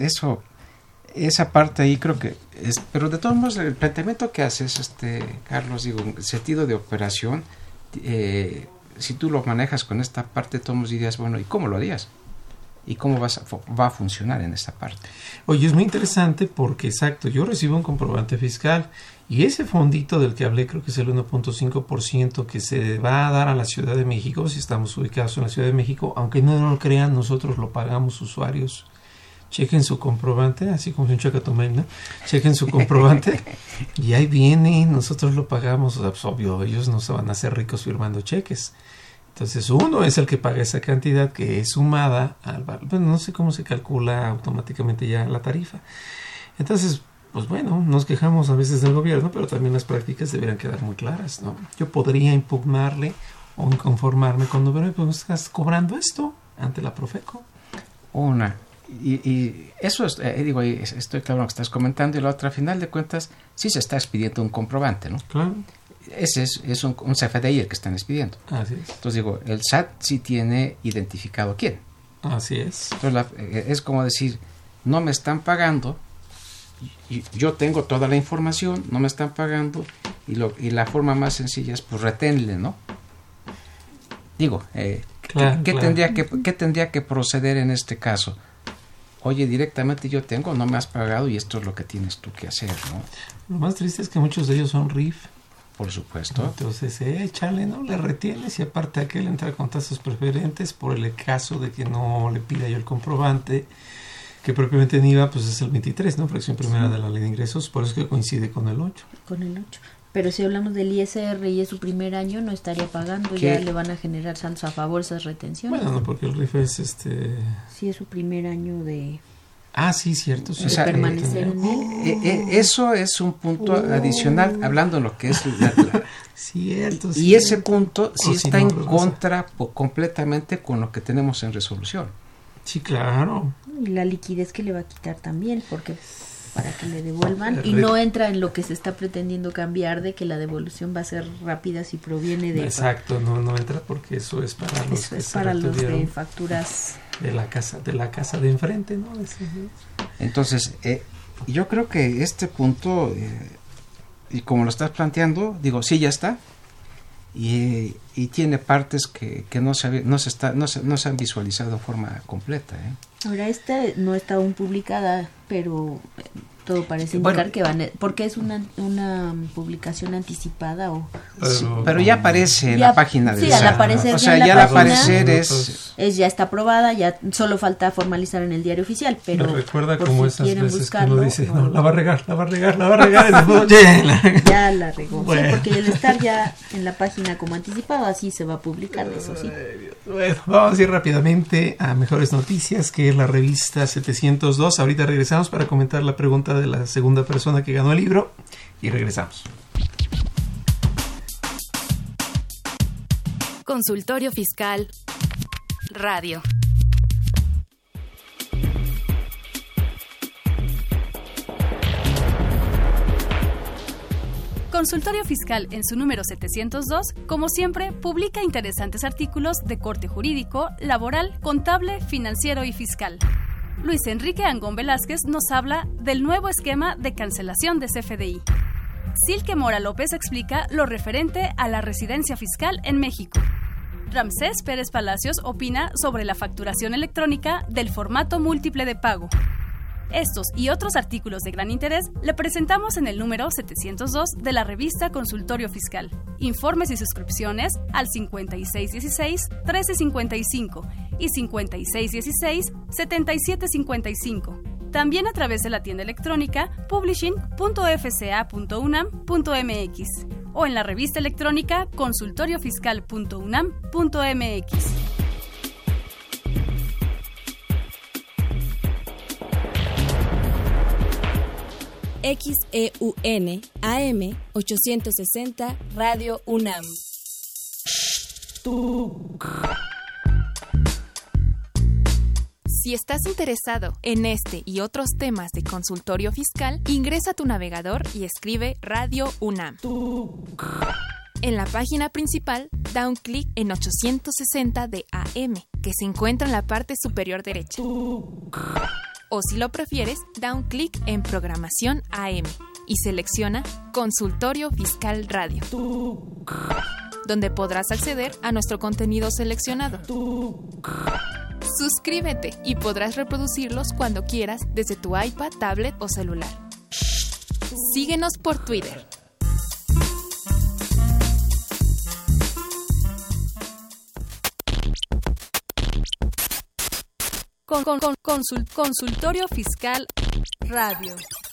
esa parte ahí creo que es, pero de todos modos el planteamiento que haces, Carlos, digo, en sentido de operación, si tú lo manejas con esta parte, todos dirías, bueno, ¿y cómo lo harías? ¿Y cómo va a funcionar en esta parte? Oye, es muy interesante porque, exacto, yo recibo un comprobante fiscal y ese fondito del que hablé, creo que es el 1.5% que se va a dar a la Ciudad de México, si estamos ubicados en la Ciudad de México, aunque no lo crean, nosotros lo pagamos usuarios. Chequen su comprobante, así como un chacatomel, ¿no? Chequen su comprobante y ahí viene, nosotros lo pagamos, o sea, pues obvio, ellos no se van a hacer ricos firmando cheques. Entonces uno es el que paga esa cantidad que es sumada al valor. Bueno, no sé cómo se calcula automáticamente ya la tarifa. Entonces pues bueno, nos quejamos a veces del gobierno, pero también las prácticas deberían quedar muy claras, ¿no? Yo podría impugnarle o inconformarme cuando veo, pues estás cobrando esto ante la Profeco. Y eso es, estoy claro en lo que estás comentando, y la otra, a final de cuentas, sí se está expidiendo un comprobante, ¿no? Claro. Ese es un CFDI el que están expidiendo. Así es. Entonces digo, el SAT sí tiene identificado quién. Así es. Entonces es como decir, no me están pagando, yo tengo toda la información, no me están pagando, y la forma más sencilla es, pues, reténle, ¿no? Digo, ¿qué tendría que proceder en este caso? Oye, directamente yo tengo, no me has pagado y esto es lo que tienes tú que hacer, ¿no? Lo más triste es que muchos de ellos son RIF. Por supuesto. Entonces, échale, ¿no? Le retienes y aparte aquel entra con tasas preferentes por el caso de que no le pida yo el comprobante, que propiamente en IVA pues es el 23, ¿no? Fracción primera de la ley de ingresos, por eso que coincide con el 8. Con el 8. Pero si hablamos del ISR y es su primer año, no estaría pagando, ya le van a generar saldos a favor esas retenciones. Bueno, no, porque el RIF es Sí, es su primer año de... Ah, sí, cierto. Sí, de permanecer en él. Eso es un punto adicional, hablando de lo que es cierto. Y ese punto sí está en contra completamente con lo que tenemos en resolución. Sí, claro. Y la liquidez que le va a quitar también, porque para que le devuelvan, y no entra en lo que se está pretendiendo cambiar, de que la devolución va a ser rápida si proviene de... Exacto, no entra porque eso es para los eso es para los de facturas de la casa de enfrente, ¿no? Entonces, yo creo que este punto, y como lo estás planteando, digo, sí, ya está, y tiene partes que no se han visualizado de forma completa, Ahora, esta no está aún publicada, pero todo parece indicar que van, porque es una publicación anticipada o... Sí, pero ya aparece en la página del SAT. Al aparecer o sea, ya al aparecer ya está aprobada, ya solo falta formalizar en el diario oficial, pero me recuerda como si esas veces buscarlo, que uno dice, no, la va a regar, ya la regó. Bueno. Sí, porque el estar ya en la página como anticipado, así se va a publicar, eso sí. Bueno, vamos a ir rápidamente a Mejores Noticias, que es la revista 702. Ahorita regresamos para comentar la pregunta de la segunda persona que ganó el libro y regresamos. Consultorio Fiscal Radio. Consultorio Fiscal, en su número 702, como siempre, publica interesantes artículos de corte jurídico, laboral, contable, financiero y fiscal. Luis Enrique Angón Velázquez nos habla del nuevo esquema de cancelación de CFDI. Silke Mora López explica lo referente a la residencia fiscal en México. Ramsés Pérez Palacios opina sobre la facturación electrónica del formato múltiple de pago. Estos y otros artículos de gran interés le presentamos en el número 702 de la revista Consultorio Fiscal. Informes y suscripciones al 5616-1355 y 5616-7755. También a través de la tienda electrónica publishing.fca.unam.mx o en la revista electrónica consultoriofiscal.unam.mx. XEUN AM 860 Radio UNAM. Si estás interesado en este y otros temas de consultorio fiscal, ingresa a tu navegador y escribe Radio UNAM. En la página principal, da un clic en 860 de AM, que se encuentra en la parte superior derecha. O si lo prefieres, da un clic en Programación AM y selecciona Consultorio Fiscal Radio, donde podrás acceder a nuestro contenido seleccionado. Suscríbete y podrás reproducirlos cuando quieras desde tu iPad, tablet o celular. Síguenos por Twitter. Consultorio Fiscal Radio.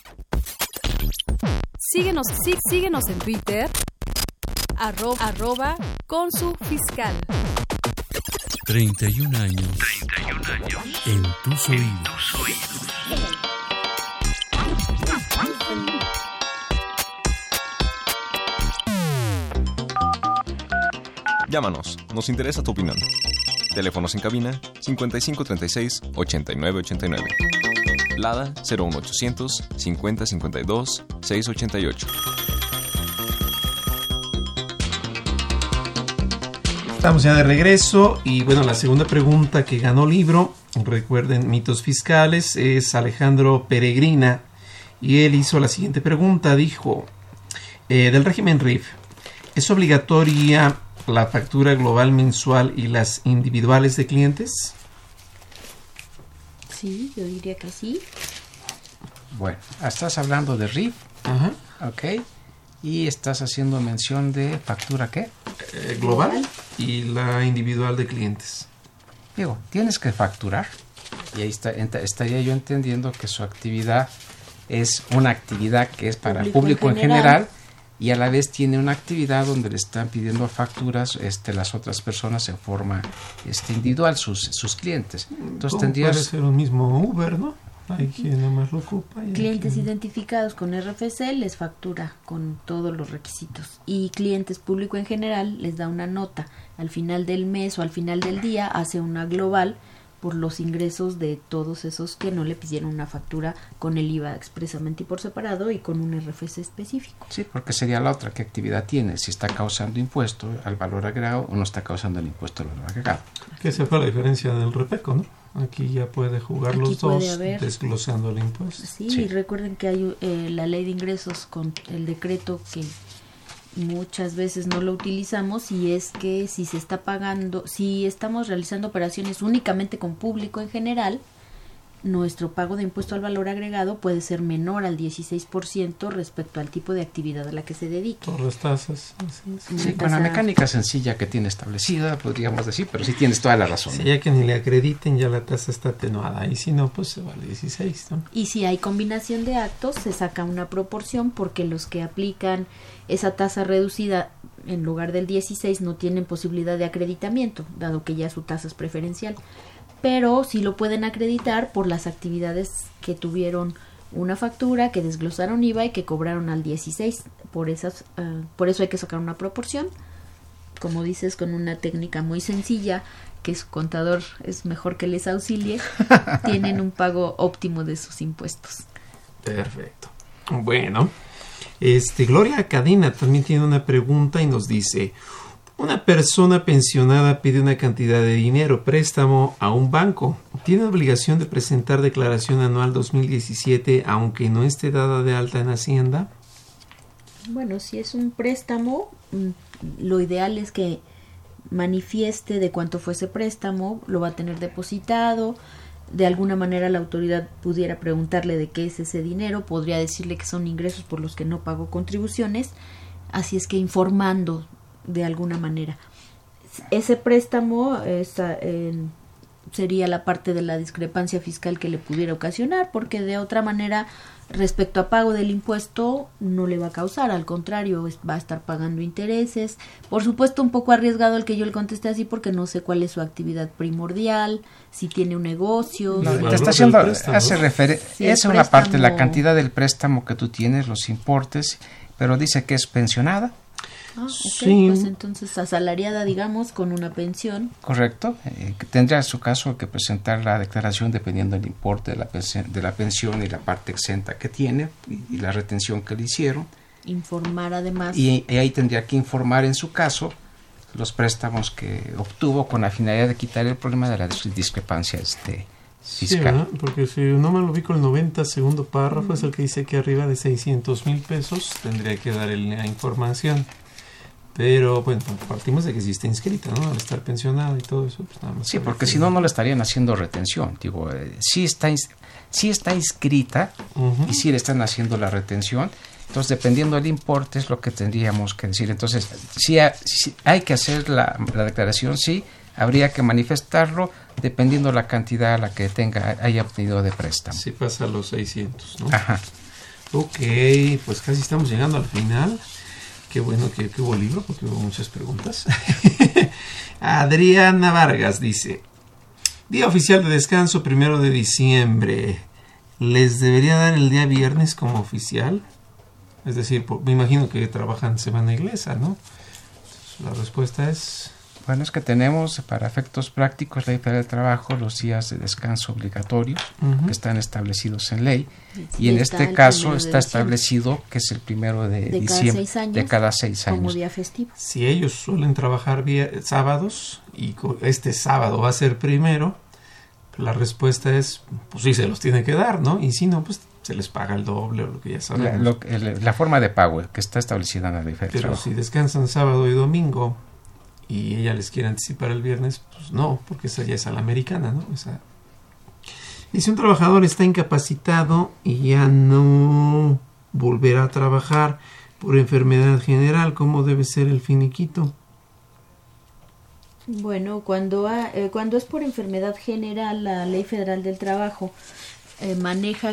Síguenos en Twitter @consufiscal. 31 años en tus oídos. Llámanos, nos interesa tu opinión. Teléfonos en cabina 5536-8989. Lada 01800 5052 688. Estamos ya de regreso y bueno, la segunda pregunta que ganó libro, recuerden, mitos fiscales, es Alejandro Peregrina y él hizo la siguiente pregunta, dijo, del régimen RIF, ¿es obligatoria la factura global mensual y las individuales de clientes? Sí, yo diría que sí. Bueno, estás hablando de RIF, ajá, ok, y estás haciendo mención de factura, ¿qué? Global y la individual de clientes. Digo, tienes que facturar y ahí estaría yo entendiendo que su actividad es una actividad que es para público en general y a la vez tiene una actividad donde le están pidiendo facturas las otras personas en forma individual, sus clientes. Entonces puede ser un mismo Uber, ¿no? Hay quien nomás lo ocupa. Clientes identificados con RFC les factura con todos los requisitos y clientes público en general les da una nota al final del mes o al final del día, hace una global por los ingresos de todos esos que no le pidieron una factura con el IVA expresamente y por separado y con un RFC específico. Sí, porque sería la otra, ¿qué actividad tiene? Si está causando impuesto al valor agregado o no está causando el impuesto al valor agregado. Que esa fue la diferencia del REPECO, ¿no? Aquí ya puede jugar aquí los dos desglosando el impuesto. Sí, sí. Recuerden que hay la ley de ingresos con el decreto que muchas veces no lo utilizamos y es que si se está pagando, si estamos realizando operaciones únicamente con público en general, nuestro pago de impuesto al valor agregado puede ser menor al 16% respecto al tipo de actividad a la que se dedique. Por las tasas. Sí, con la mecánica sencilla que tiene establecida, podríamos decir, pero sí tienes toda la razón. Si ya que ni le acrediten, ya la tasa está atenuada, y si no, pues se vale 16, ¿no? Y si hay combinación de actos, se saca una proporción, porque los que aplican esa tasa reducida en lugar del 16 no tienen posibilidad de acreditamiento, dado que ya su tasa es preferencial. Pero sí lo pueden acreditar por las actividades que tuvieron una factura, que desglosaron IVA y que cobraron al 16. Por eso hay que sacar una proporción, como dices, con una técnica muy sencilla, que su contador es mejor que les auxilie, tienen un pago óptimo de sus impuestos. Perfecto. Bueno, Gloria Cadena también tiene una pregunta y nos dice: una persona pensionada pide una cantidad de dinero, préstamo a un banco. ¿Tiene obligación de presentar declaración anual 2017 aunque no esté dada de alta en Hacienda? Bueno, si es un préstamo, lo ideal es que manifieste de cuánto fue ese préstamo, lo va a tener depositado. De alguna manera la autoridad pudiera preguntarle de qué es ese dinero, podría decirle que son ingresos por los que no pagó contribuciones, así es que informando de alguna manera. Ese préstamo sería la parte de la discrepancia fiscal que le pudiera ocasionar, porque de otra manera, respecto a pago del impuesto, no le va a causar, al contrario, va a estar pagando intereses. Por supuesto, un poco arriesgado el que yo le conteste así, porque no sé cuál es su actividad primordial, si tiene un negocio. No, te está haciendo, hace referencia, sí, esa es una parte de la cantidad del préstamo que tú tienes, los importes, pero dice que es pensionada. Ah, okay. Sí. Pues entonces asalariada, digamos, con una pensión. Correcto. Tendrá en su caso que presentar la declaración dependiendo del importe de la pensión y la parte exenta que tiene y la retención que le hicieron. Informar además. Y ahí tendría que informar en su caso los préstamos que obtuvo con la finalidad de quitar el problema de la discrepancia fiscal. Sí, porque si no me lo vi con el 90 segundo párrafo es el que dice que arriba de 600,000 pesos tendría que dar la información. Pero bueno, partimos de que sí está inscrita, ¿no? Al estar pensionada y todo eso. Pues nada más sí, porque si no, no le estarían haciendo retención. Digo, sí está inscrita y sí le están haciendo la retención. Entonces, dependiendo del importe es lo que tendríamos que decir. Entonces, si hay que hacer la declaración, sí, habría que manifestarlo dependiendo la cantidad a la que haya obtenido de préstamo. Sí pasa a los 600, ¿no? Ajá. Ok, pues casi estamos llegando al final. Qué bueno que hubo libro, porque hubo muchas preguntas. Adriana Vargas dice: día oficial de descanso 1 de diciembre. ¿Les debería dar el día viernes como oficial? Es decir, me imagino que trabajan semana inglesa, ¿no? Entonces, la respuesta es... Bueno, es que tenemos para efectos prácticos la Ley Federal del Trabajo los días de descanso obligatorios que están establecidos en ley y en este caso está establecido que es el 1 de diciembre de cada 6 años. Como día festivo. Si ellos suelen trabajar sábados y este sábado va a ser primero, la respuesta es, pues sí, se los tiene que dar, ¿no? Y si no, pues se les paga el doble o lo que ya sabemos. La forma de pago que está establecida en la Ley Federal del Trabajo. Pero si descansan sábado y domingo y ella les quiere anticipar el viernes, pues no, porque esa ya es a la americana, ¿no? Y si un trabajador está incapacitado y ya no volverá a trabajar por enfermedad general, ¿cómo debe ser el finiquito? Bueno, cuando es por enfermedad general, la Ley Federal del Trabajo maneja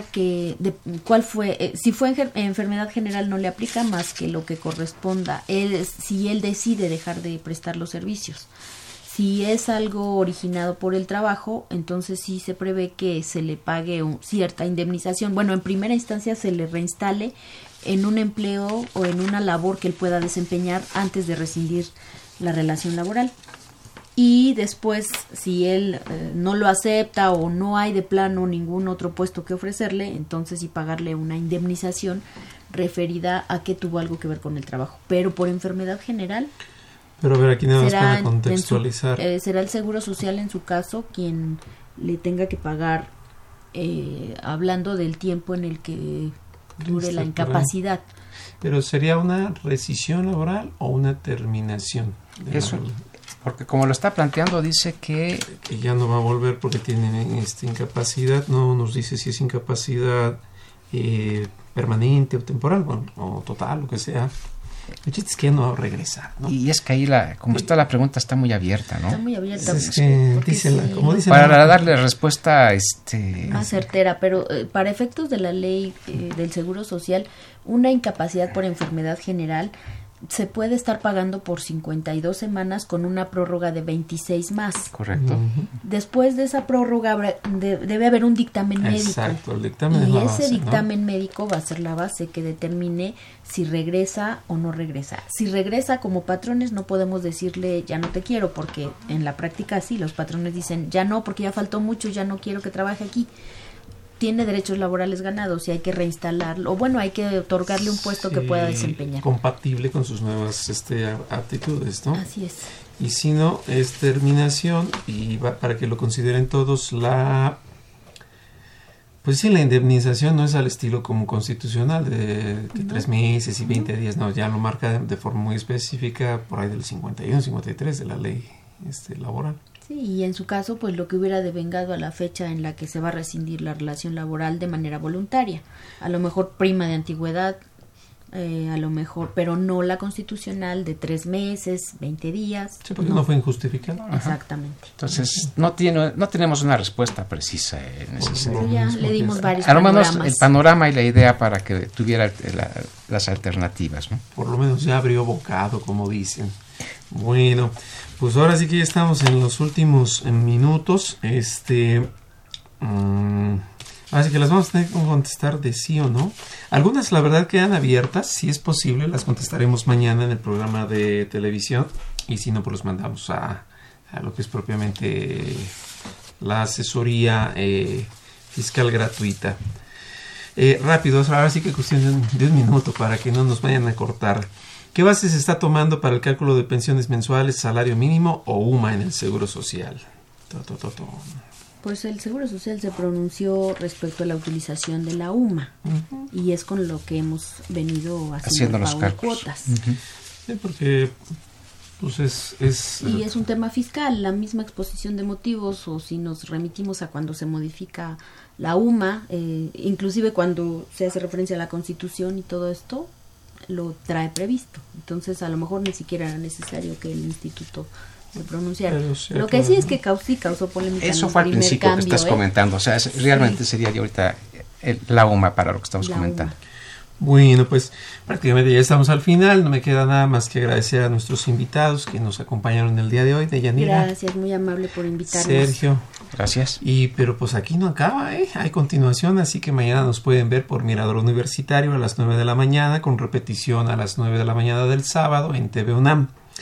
si fue enfermedad general no le aplica más que lo que corresponda si él decide dejar de prestar los servicios. Si es algo originado por el trabajo, entonces sí se prevé que se le pague cierta indemnización. Bueno, en primera instancia se le reinstale en un empleo o en una labor que él pueda desempeñar antes de rescindir la relación laboral. Y después, si él no lo acepta o no hay de plano ningún otro puesto que ofrecerle, entonces sí pagarle una indemnización referida a que tuvo algo que ver con el trabajo. Pero por enfermedad general... Pero a ver, aquí nada más para contextualizar. Será el Seguro Social en su caso quien le tenga que pagar, hablando del tiempo en el que dure la incapacidad. Pero ¿sería una rescisión laboral o una terminación? Eso... Porque como lo está planteando, dice que ya no va a volver porque tiene incapacidad. No nos dice si es incapacidad permanente o temporal, bueno, o total, lo que sea. El chiste es que ya no va a regresar, ¿no? Y es que ahí, como está la pregunta, está muy abierta, ¿no? Está muy abierta. Como dice para darle respuesta más certera, pero para efectos de la ley del Seguro Social, una incapacidad por enfermedad general se puede estar pagando por 52 semanas con una prórroga de 26 más. Correcto. Después de esa prórroga debe haber un dictamen médico. Exacto, el dictamen es y la ese base, dictamen médico va a ser la base que determine si regresa o no regresa. Si regresa, como patrones no podemos decirle ya no te quiero, porque en la práctica sí, los patrones dicen ya no, porque ya faltó mucho, ya no quiero que trabaje aquí. Tiene derechos laborales ganados y hay que reinstalarlo, o bueno, hay que otorgarle un puesto que pueda desempeñar. Compatible con sus nuevas aptitudes, ¿no? Así es. Y si no, es terminación, y para que lo consideren todos, pues sí, la indemnización no es al estilo como constitucional de 3 meses y 20 días, no, ya lo marca de forma muy específica, por ahí del 51, 53 de la ley laboral. Sí, y en su caso, pues lo que hubiera devengado a la fecha en la que se va a rescindir la relación laboral de manera voluntaria. A lo mejor prima de antigüedad, a lo mejor, pero no la constitucional de 3 meses, 20 días. Sí, porque no fue injustificado. Exactamente. Entonces, no tenemos una respuesta precisa en ese sentido. Ya le dimos varios a lo menos el panorama y la idea para que tuviera las alternativas, ¿no? Por lo menos ya abrió bocado, como dicen. Bueno, pues ahora sí que ya estamos en los últimos minutos. Así que las vamos a tener que contestar de sí o no. Algunas, la verdad, quedan abiertas. Si es posible, las contestaremos mañana en el programa de televisión. Y si no, pues los mandamos a lo que es propiamente la asesoría fiscal gratuita. Rápido, ahora sí que cuestión de un minuto para que no nos vayan a cortar. ¿Qué base se está tomando para el cálculo de pensiones mensuales, salario mínimo o UMA en el Seguro Social? Pues el Seguro Social se pronunció respecto a la utilización de la UMA y es con lo que hemos venido haciendo el pago de cuotas. Sí, porque pues y es un tema fiscal, la misma exposición de motivos, o si nos remitimos a cuando se modifica la UMA, inclusive cuando se hace referencia a la Constitución y todo esto, lo trae previsto. Entonces a lo mejor ni siquiera era necesario que el instituto se pronunciara. Lo que sí es que causó polémica. Eso fue al principio que estás comentando. O sea, realmente sería ya ahorita la UMA para lo que estamos comentando. Bueno, pues prácticamente ya estamos al final. No me queda nada más que agradecer a nuestros invitados que nos acompañaron el día de hoy. Deyanira. Gracias, muy amable por invitarnos. Sergio. Gracias. Pero pues aquí no acaba, hay continuación, así que mañana nos pueden ver por Mirador Universitario a las 9 de la mañana, con repetición a las 9 de la mañana del sábado en TV UNAM.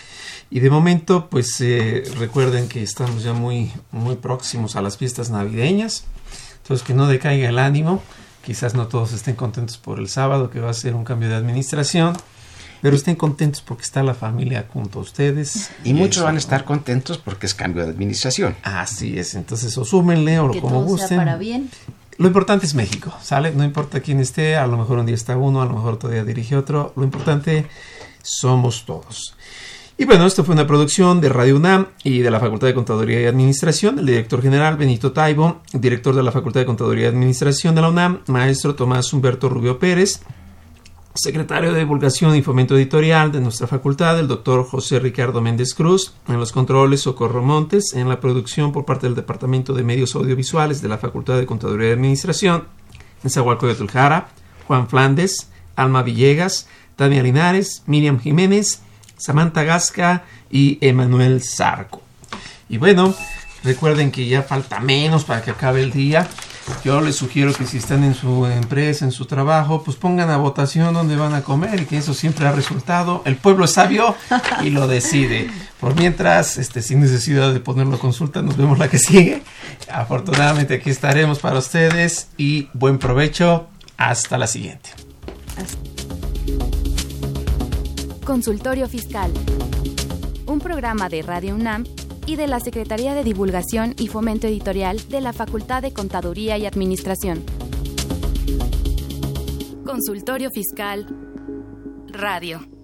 Y de momento, pues recuerden que estamos ya muy, muy próximos a las fiestas navideñas. Entonces, que no decaiga el ánimo. Quizás no todos estén contentos por el sábado, que va a ser un cambio de administración. Pero estén contentos porque está la familia junto a ustedes. Y muchos van a estar contentos porque es cambio de administración. Así es. Entonces, o súmenle o que como todo gusten. Sea para bien. Lo importante es México, ¿sale? No importa quién esté, a lo mejor un día está uno, a lo mejor otro día dirige otro. Lo importante somos todos. Y bueno, esto fue una producción de Radio UNAM y de la Facultad de Contaduría y Administración. El director general, Benito Taibo, director de la Facultad de Contaduría y Administración de la UNAM, maestro Tomás Humberto Rubio Pérez, secretario de Divulgación y Fomento Editorial de nuestra facultad, el doctor José Ricardo Méndez Cruz, en los controles Socorro Montes, en la producción por parte del Departamento de Medios Audiovisuales de la Facultad de Contaduría y Administración, Nezahualcóyotl Jara, Juan Flandes, Alma Villegas, Tania Linares, Miriam Jiménez, Samantha Gasca y Emanuel Zarco. Y bueno, recuerden que ya falta menos para que acabe el día. Yo les sugiero que si están en su empresa, en su trabajo, pues pongan a votación dónde van a comer, y que eso siempre ha resultado. El pueblo es sabio y lo decide. Por mientras, sin necesidad de ponerlo a consulta, nos vemos la que sigue. Afortunadamente aquí estaremos para ustedes y buen provecho. Hasta la siguiente. Consultorio Fiscal, un programa de Radio UNAM y de la Secretaría de Divulgación y Fomento Editorial de la Facultad de Contaduría y Administración. Consultorio Fiscal Radio.